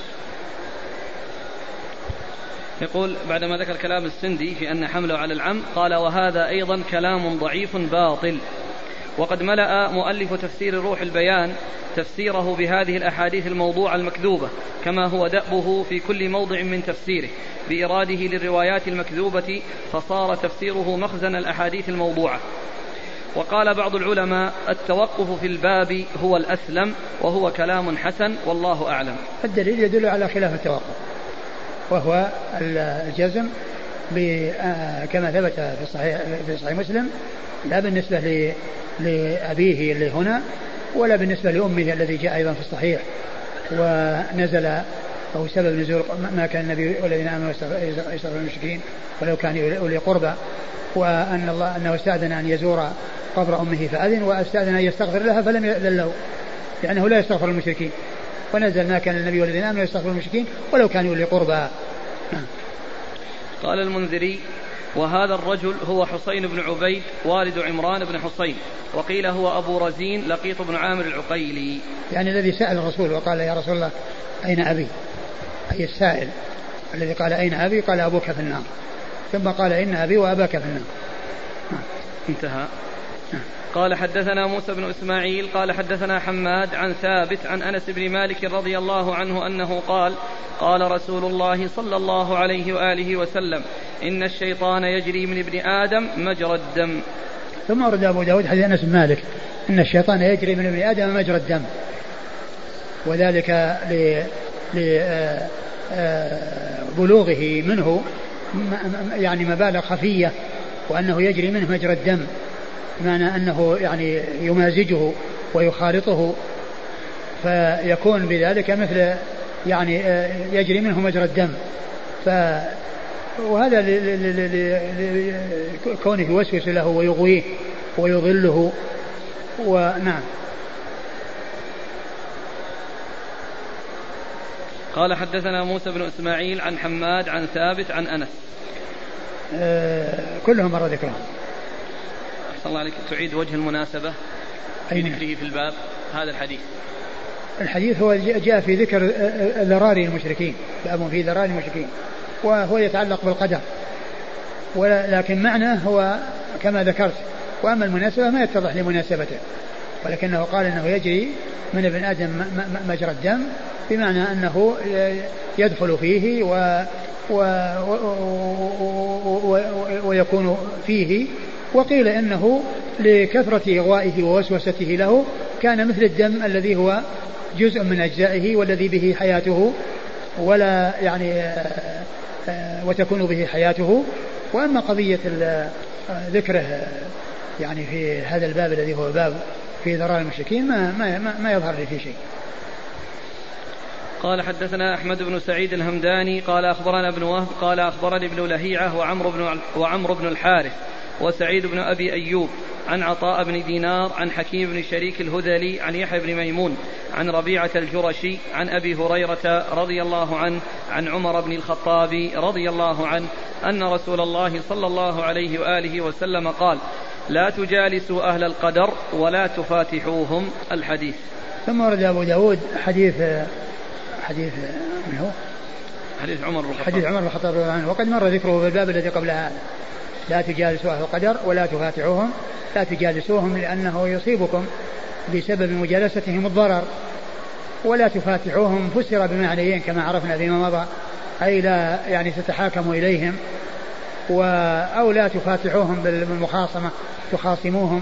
Speaker 2: يقول بعدما ذكر كلام السندي في أن حمله على العم قال وهذا أيضا كلام ضعيف باطل، وقد ملأ مؤلف تفسير روح البيان تفسيره بهذه الأحاديث الموضوعة المكذوبة كما هو دأبه في كل موضع من تفسيره بإراده للروايات المكذوبة، فصار تفسيره مخزن الأحاديث الموضوعة. وقال بعض العلماء التوقف في الباب هو الأسلم، وهو كلام حسن والله أعلم.
Speaker 1: الدليل يدل على خلاف التوقف، وهو الجزم كما ثبت في صحيح مسلم، لا بالنسبة لأبيه اللي هنا ولا بالنسبة لأمه الذي جاء أيضا في الصحيح ونزل أو سبب نزول ما كان النبي والذين آمنوا يستغفرون المشركين ولو كان أولي قربى، وأن الله أنه استأذن أن يزور قبر أمه فأذن، واستأذن أن يستغفر لها فلم يأذن له لأنه لا يستغفر المشركين، ونزل ما كان النبي والذين آمنوا يستغفرون المشركين ولو كانوا أولي قربى.
Speaker 2: قال المنذري وهذا الرجل هو حسين بن عبيد والد عمران بن حسين، وقيل هو أبو رزين لقيط بن عامر العقيلي،
Speaker 1: يعني الذي سأل الرسول وقال يا رسول الله أين أبي، أي السائل الذي قال أين أبي قال أبوك في النار، ثم قال إن أبي وأباك في النار.
Speaker 2: انتهى. قال حدثنا موسى بن إسماعيل قال حدثنا حماد عن ثابت عن أنس بن مالك رضي الله عنه أنه قال قال رسول الله صلى الله عليه وآله وسلم إن الشيطان يجري من ابن آدم مجرى الدم.
Speaker 1: ثم ورد أبو داود حديث أنس بن مالك إن الشيطان يجري من ابن آدم مجرى الدم، وذلك لبلوغه منه يعني مبالغ خفية، وأنه يجري منه مجرى الدم، بمعنى أنه يعني يمازجه ويخالطه فيكون بذلك مثل يعني يجري منه مجرى الدم. وهذا كونه يوسوس له ويغويه ويضله. ونعم.
Speaker 2: قال حدثنا موسى بن إسماعيل عن حماد عن ثابت عن أنس.
Speaker 1: كلهم مر ذكرهم.
Speaker 2: أحسن الله عليك. تعيد وجه المناسبة في ذكره في الباب هذا
Speaker 1: الحديث هو جاء في ذكر ذراري المشركين، باب في ذراري المشركين، وهو يتعلق بالقدر، ولكن معناه هو كما ذكرت، وأما المناسبة ما يتضح لمناسبته، ولكنه قال أنه يجري من ابن آدم مجرى الدم، بمعنى أنه يدخل فيه ويكون فيه. وقيل إنه لكثرة إغوائه ووسوسته له كان مثل الدم الذي هو جزء من أجزائه والذي به حياته ولا يعني وتكون به حياته. وأما قضية ذكره يعني في هذا الباب الذي هو باب في ذرار المشركين ما يظهر لي في شيء.
Speaker 2: قال حدثنا أحمد بن سعيد الهمداني قال أخبرنا ابن وهب قال أخبرني ابن لهيعة وعمر بن الحارث وسعيد بن أبي أيوب عن عطاء بن دينار عن حكيم بن شريك الهذلي عن يحيى بن ميمون عن ربيعة الجرشي عن أبي هريرة رضي الله عنه عن عمر بن الخطاب رضي الله عنه أن رسول الله صلى الله عليه وآله وسلم قال لا تجالسوا أهل القدر ولا تفاتحوهم. الحديث.
Speaker 1: ثم ورد أبو داود حديث من هو؟
Speaker 2: حديث عمر بن
Speaker 1: الخطاب رضي الله عنه، وقد مر ذكره في الباب الذي قبل هذا. لا تجالسوا أهل القدر ولا تفاتحوهم، لا تجالسوهم لأنه يصيبكم بسبب مجالستهم الضرر، ولا تفاتحوهم فسر بمعنيين كما عرفنا فيما مضى، أي لا يعني تتحاكموا إليهم، أو لا تفاتحوهم بالمخاصمة تخاصموهم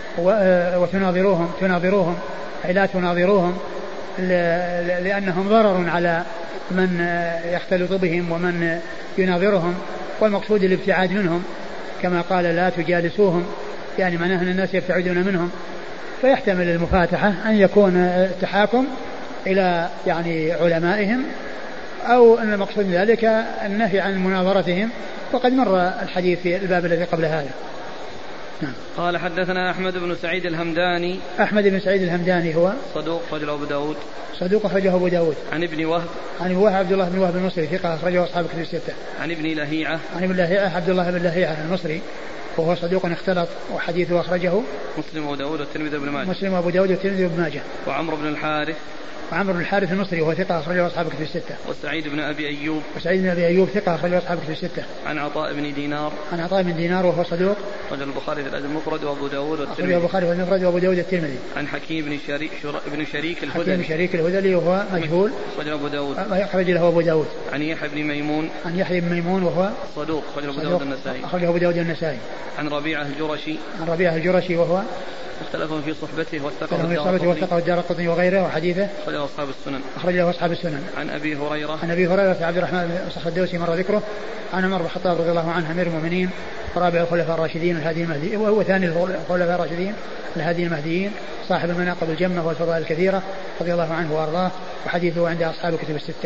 Speaker 1: تناظروهم أي لا تناظروهم لأنهم ضرر على من يختلط بهم ومن يناظرهم، والمقصود الابتعاد منهم كما قال لا تجالسوهم، يعني معناه أن الناس يبتعدون منهم. فيحتمل المفاتحة أن يكون التحاكم إلى يعني علمائهم، أو أن المقصود من ذلك النهي عن مناظرتهم، وقد مر الحديث في الباب الذي قبل هذا.
Speaker 2: قال حدثنا أحمد بن سعيد الهمداني.
Speaker 1: أحمد بن سعيد الهمداني هو
Speaker 2: صدوق أخرجه أبو داود.
Speaker 1: صدوق أخرجه أبو داود.
Speaker 2: عن ابن وهب.
Speaker 1: عن وهب عبد الله بن وهب المصري ثقة أخرجه أصحاب الكتب الستة.
Speaker 2: عن ابن لهيعة.
Speaker 1: عن ابن لهيعة عبد الله بن لهيعة المصري وهو صدوق اختلط وحديثه أخرجه
Speaker 2: مسلم وأبو داود والترمذي وابن ماجه.
Speaker 1: مسلم وأبو داود والترمذي وابن ماجه.
Speaker 2: وعمرو بن الحارث.
Speaker 1: وعمرو بن الحارث المصري وهو ثقة أخرجه أصحاب الكتب الستة.
Speaker 2: وسعيد بن أبي أيوب.
Speaker 1: وسعيد بن أبي أيوب ثقة أخرجه أصحاب الكتب الستة.
Speaker 2: عن عطاء بن دينار.
Speaker 1: عن عطاء بن دينار وهو صدوق.
Speaker 2: رجل البخاري في الأدب المفرد وأبو داود والترمذي.
Speaker 1: أخرجه البخاري في المفرد وأبو داود والترمذي.
Speaker 2: عن حكيم بن شريك الهذلي.
Speaker 1: حكيم شريك الهذلي وهو مجهول.
Speaker 2: أخرجه أبو داود.
Speaker 1: أخرج له أبو داود.
Speaker 2: عن يحيى بن ميمون.
Speaker 1: عن يحيى بن ميمون وهو
Speaker 2: صدوق. أخرجه أبو داود النسائي.
Speaker 1: أخرجه أبو داود النسائي.
Speaker 2: عن ربيعة الجرشي.
Speaker 1: عن ربيعة الجرشي وهو
Speaker 2: اختلفوا في صحبته وثقه
Speaker 1: الدارقطني وغيره، وحديثه
Speaker 2: أخرجه أصحاب السنن.
Speaker 1: أخرجه أصحاب السنن.
Speaker 2: عن أبي هريرة.
Speaker 1: عن أبي هريرة عبد الرحمن بن صخر الدوسي مر ذكره. عن عمر بن الخطاب رضي الله عنه أمير المؤمنين ورابع الخلفاء الراشدين الهادي المهدي، وهو ثاني الخلفاء الراشدين الهادي المهديين، صاحب المناقب الجمة والفضائل الكثيرة رضي الله عنه وأرضاه، وحديثه عند أصحاب الكتب الستة.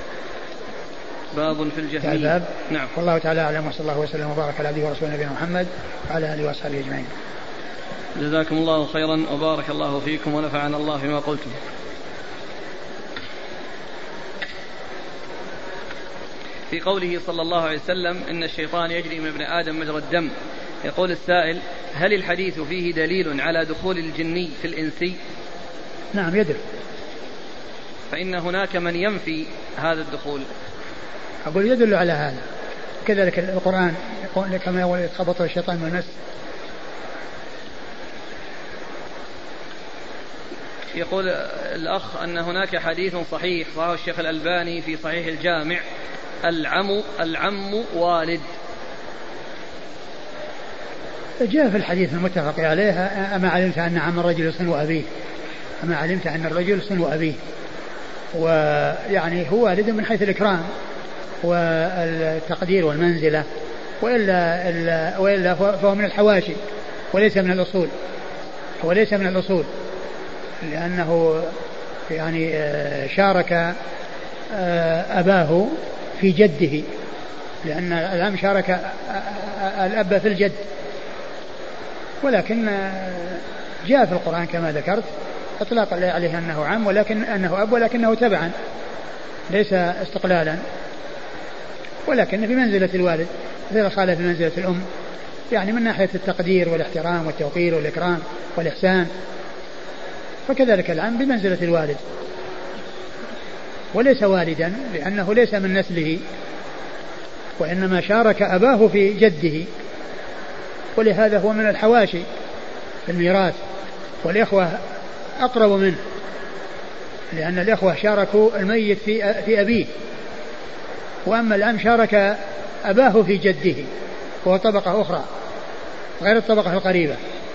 Speaker 2: باب في الجهمية.
Speaker 1: الباب.
Speaker 2: نعم.
Speaker 1: والله تعالى أعلم، وصلى الله وسلم وبارك على عبده ورسوله نبينا محمد وعلى آله وأصحابه أجمعين.
Speaker 2: جزاكم الله خيرا وبارك الله فيكم ونفعنا الله فيما قلتم. في قوله صلى الله عليه وسلم إن الشيطان يجري من ابن آدم مجرى الدم، يقول السائل: هل الحديث فيه دليل على دخول الجني في الإنسي؟
Speaker 1: نعم يدل،
Speaker 2: فإن هناك من ينفي هذا الدخول.
Speaker 1: أقول يدل على هذا، كذلك القرآن يقول كما يقول يتخبط الشيطان من المس.
Speaker 2: يقول الأخ أن هناك حديث صحيح رواه الشيخ الألباني في صحيح الجامع: العم والد.
Speaker 1: جاء في الحديث المتفق عليه: أما علمت أن عم الرجل صنو أبيه، أما علمت أن الرجل صنو أبيه، ويعني هو والد من حيث الإكرام والتقدير والمنزلة، وإلا فهو من الحواشي وليس من الأصول، وليس من الأصول، لأنه يعني شارك أباه في جده، لأن العم شارك الأب في الجد، ولكن جاء في القرآن كما ذكرت إطلاق عليه أنه عم، ولكن أنه أب، ولكنه تبعا ليس استقلالا، ولكن في منزلة الوالد مثل الخالة في منزلة الأم، يعني من ناحية التقدير والاحترام والتوقير والإكرام والإحسان، فكذلك العم بمنزلة الوالد، وليس والدا لأنه ليس من نسله، وإنما شارك أباه في جده، ولهذا هو من الحواشي في الميراث، والإخوة أقرب منه، لأن الإخوة شاركوا الميت في أبيه، وأما العم شارك أباه في جده، وهو طبقة أخرى غير الطبقة القريبة.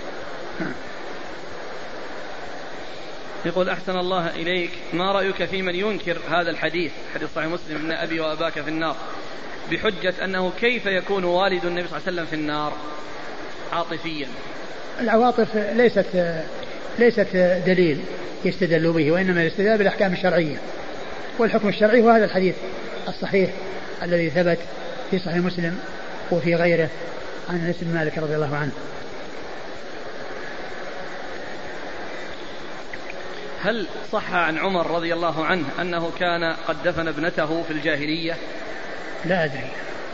Speaker 2: يقول: أحسن الله إليك، ما رأيك في من ينكر هذا الحديث، حديث صحيح مسلم: إن أبي وأباك في النار، بحجة أنه كيف يكون والد النبي صلى الله عليه وسلم في النار عاطفيا؟
Speaker 1: العواطف ليست دليل يستدل به، وإنما يستدل بالأحكام الشرعية، والحكم الشرعي هو هذا الحديث الصحيح الذي ثبت في صحيح مسلم وفي غيره عن أنس بن مالك رضي الله عنه.
Speaker 2: هل صح عن عمر رضي الله عنه أنه كان قد دفن ابنته في الجاهلية؟
Speaker 1: لا أدري.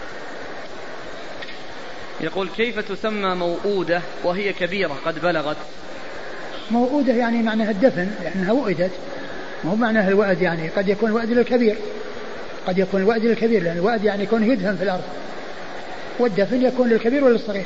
Speaker 2: يقول: كيف تسمى موؤودة وهي كبيرة قد بلغت؟
Speaker 1: موؤودة يعني معناها الدفن، لأنها وئدت، وهو معناها الوأد، يعني قد يكون الوأد للكبير، قد يكون الوأد للكبير، لأن الوأد يعني يكون يدفن في الأرض، والدفن يكون للكبير وللصغير.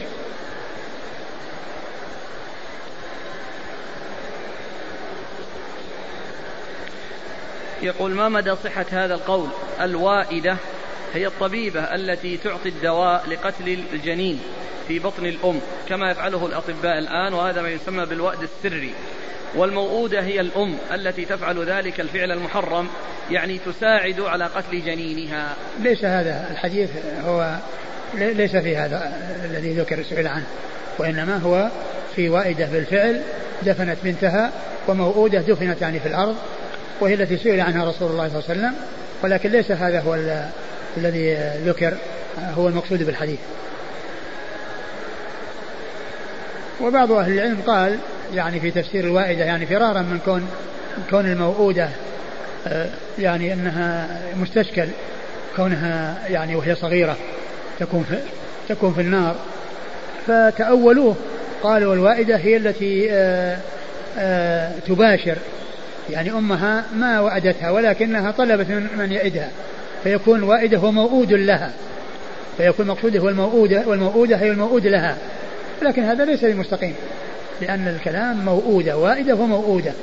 Speaker 2: يقول ما مدى صحة هذا القول؟ الوائدة هي الطبيبة التي تعطي الدواء لقتل الجنين في بطن الأم كما يفعله الأطباء الآن، وهذا ما يسمى بالوأد السري. والموؤودة هي الأم التي تفعل ذلك الفعل المحرم، يعني تساعد على قتل جنينها.
Speaker 1: ليس هذا الحديث هو ليس في هذا الذي ذكر سئل عنه، وإنما هو في وائدة بالفعل دفنت بنتها، وموؤودة دفنت يعني في الأرض، وهي التي سئل عنها رسول الله صلى الله عليه وسلم، ولكن ليس هذا هو الذي ذكر هو المقصود بالحديث. وبعض أهل العلم قال يعني في تفسير الوائدة يعني فرارا من كون الموؤودة يعني أنها مستشكل كونها يعني وهي صغيرة تكون في النار، فتأولوه قالوا الوائدة هي التي تباشر يعني أمها ما وأدتها ولكنها طلبت من يئدها، فيكون وائدة هو موؤود لها، فيكون مقصوده هو الموؤودة، والموؤودة هي الموؤود لها، لكن هذا ليس بمستقيم لأن الكلام موؤودة وائدة وموؤودة.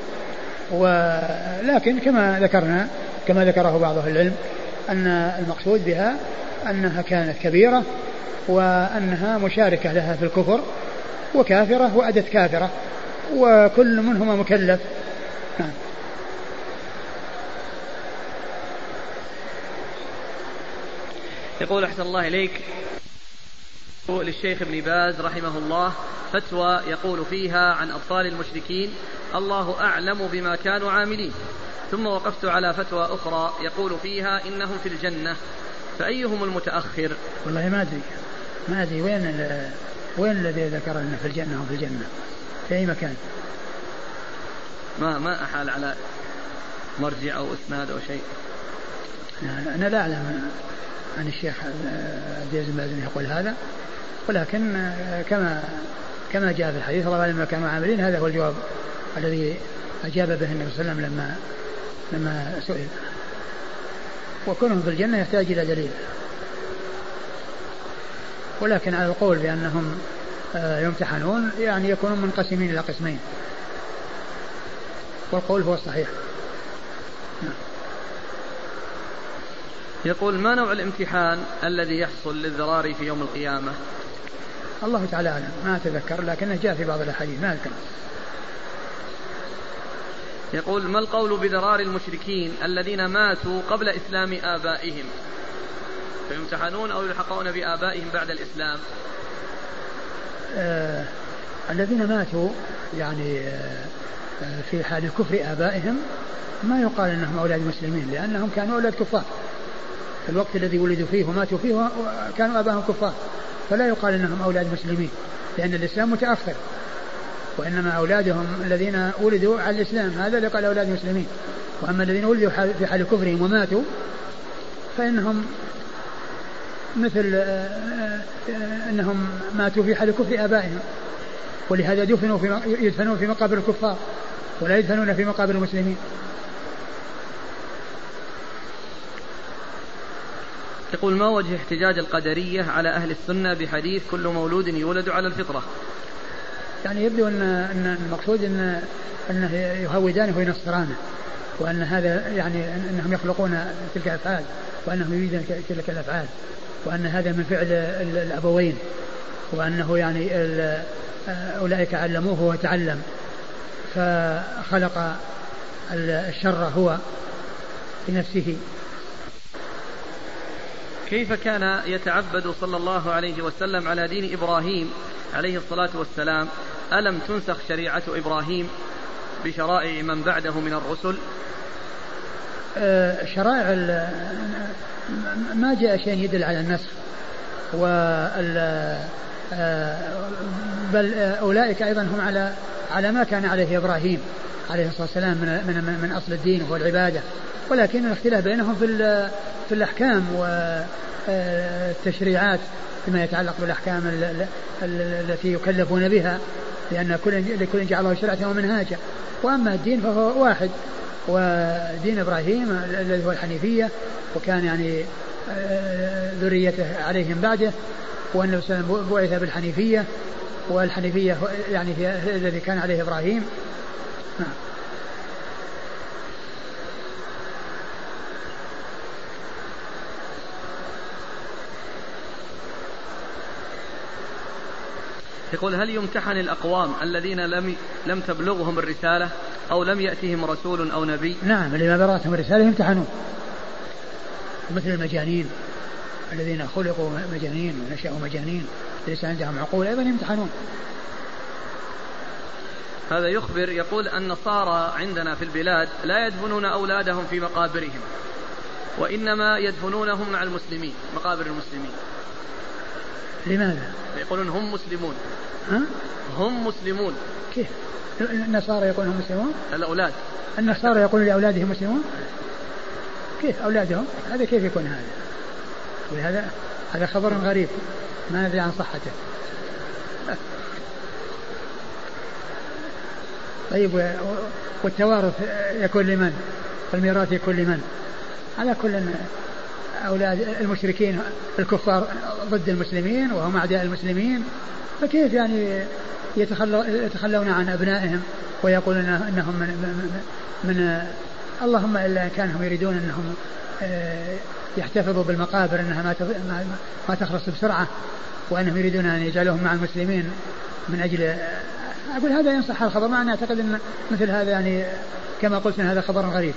Speaker 1: ولكن كما ذكره بعض أهل العلم أن المقصود بها أنها كانت كبيرة وأنها مشاركة لها في الكفر وكافرة وأدت كافرة، وكل منهما مكلف.
Speaker 2: يقول أحسن الله إليك للشيخ ابن باز رحمه الله فتوى يقول فيها عن أطفال المشركين الله أعلم بما كانوا عاملين، ثم وقفت على فتوى أخرى يقول فيها إنهم في الجنة، فأيهم المتأخر؟
Speaker 1: والله ما أدري وين الذي ذكر أنه في الجنة هم في الجنة في أي مكان،
Speaker 2: ما أحال على مرجع أو إسناد أو شيء.
Speaker 1: أنا لا أعلم عن الشيخ عبد العزيز بن باز يقول هذا، ولكن كما جاء في الحديث الله أعلم ما كانوا عاملين، هذا هو الجواب الذي أجاب به النبي صلى الله عليه وسلم لما سئل. وكونهم في الجنة يحتاج إلى دليل، ولكن على القول بأنهم يمتحنون يعني يكونون منقسمين إلى قسمين، والقول هو الصحيح.
Speaker 2: يقول ما نوع الامتحان الذي يحصل للذراري في يوم القيامة؟
Speaker 1: الله تعالى أعلم، ما أتذكر، لكنه جاء في بعض الأحاديث ما أذكر.
Speaker 2: يقول ما القول بذرار المشركين الذين ماتوا قبل إسلام آبائهم فيمتحنون أو يلحقون بآبائهم بعد الإسلام؟
Speaker 1: الذين ماتوا يعني في حال كفر آبائهم ما يقال أنهم أولاد مسلمين، لأنهم كانوا أولاد كفار في الوقت الذي ولدوا فيه وماتوا فيه، كانوا آبائهم كفار، فلا يقال أنهم أولاد مسلمين لأن الإسلام متأخر، وإنما أولادهم الذين ولدوا على الإسلام هذا اللي قال أولاد مسلمين. وأما الذين ولدوا في حال كفرهم وماتوا فإنهم مثل أنهم ماتوا في حال كفر آبائهم، ولهذا يدفنون في مقابر الكفار ولا يدفنون في مقابر المسلمين.
Speaker 2: يقول ما وجه احتجاج القدرية على أهل السنة بحديث كل مولود يولد على الفطرة؟
Speaker 1: يعني يبدو أن المقصود أنه يهودانه وينصرانه، وأن هذا يعني أنهم يخلقون تلك الأفعال وأنهم يريدون تلك الأفعال، وأن هذا من فعل الأبوين، وأنه يعني أولئك علموه وتعلم فخلق الشر هو بنفسه.
Speaker 2: كيف كان يتعبد صلى الله عليه وسلم على دين إبراهيم عليه الصلاة والسلام؟ ألم تنسخ شريعة إبراهيم بشرائع من بعده من الرسل؟
Speaker 1: شرائع ما جاء شيء يدل على النسخ، بل أولئك أيضا هم على ما كان عليه إبراهيم عليه الصلاة والسلام من أصل الدين هو العبادة، ولكن الاختلاف بينهم في الأحكام والتشريعات فيما يتعلق بالأحكام التي يكلفون بها، لأن لكل جعل الله شرعة ومنهاجا. وأما الدين فهو واحد، ودين إبراهيم الذي هو الحنيفية، وكان يعني ذريته عليهم بعده، وأنه بعث بالحنيفية، والحنيفية يعني هي الذي كان عليه إبراهيم.
Speaker 2: يقول هل يمتحن الأقوام الذين لم تبلغهم الرسالة أو لم يأتهم رسول أو نبي؟
Speaker 1: نعم، اللي ما بلغتهم الرسالة يمتحنون، مثل المجانين الذين خلقوا مجانين ونشأوا مجانين ليس عندهم عقول أيضا يمتحنون.
Speaker 2: هذا يخبر يقول النصارى عندنا في البلاد لا يدفنون أولادهم في مقابرهم، وإنما يدفنونهم مع المسلمين، مقابر المسلمين.
Speaker 1: لماذا؟
Speaker 2: يقولون هم مسلمون.
Speaker 1: ها؟
Speaker 2: هم مسلمون.
Speaker 1: كيف النصارى يقولون هم مسلمون؟
Speaker 2: الأولاد،
Speaker 1: النصارى يقولون لأولادهم مسلمون؟ كيف أولادهم؟ هذا كيف يكون هذا؟ هذا خبر غريب ما ندري عن صحته. طيب، والتوارث يكون لمن؟ والميراث يكون لمن؟ على كل أولاد المشركين الكفار ضد المسلمين وهم أعداء المسلمين، فكيف يعني يتخلون عن أبنائهم ويقولون أنهم من اللهم إلا كانهم يريدون أنهم يحتفظوا بالمقابر أنها ما تخلص بسرعة، وأنهم يريدون أن يجعلوهم مع المسلمين من أجل أقول هذا ينصح الخبر. ما أنا أعتقد أن مثل هذا يعني كما قلت هذا خبر غريب.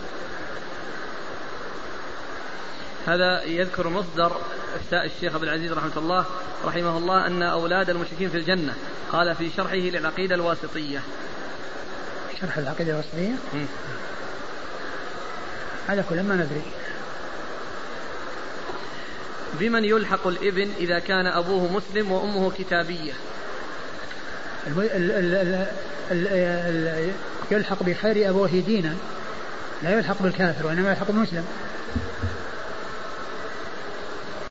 Speaker 2: هذا يذكر مصدر إفتاء الشيخ عبد العزيز رحمه الله أن أولاد المشركين في الجنة، قال في شرحه للعقيدة الواسطية.
Speaker 1: شرح العقيدة الواسطية على كل ما ندري.
Speaker 2: بمن يلحق الابن إذا كان أبوه مسلم وأمه كتابية؟
Speaker 1: يلحق بخير أبوه دينا، لا يلحق بالكافر وإنما يلحق بالمسلم.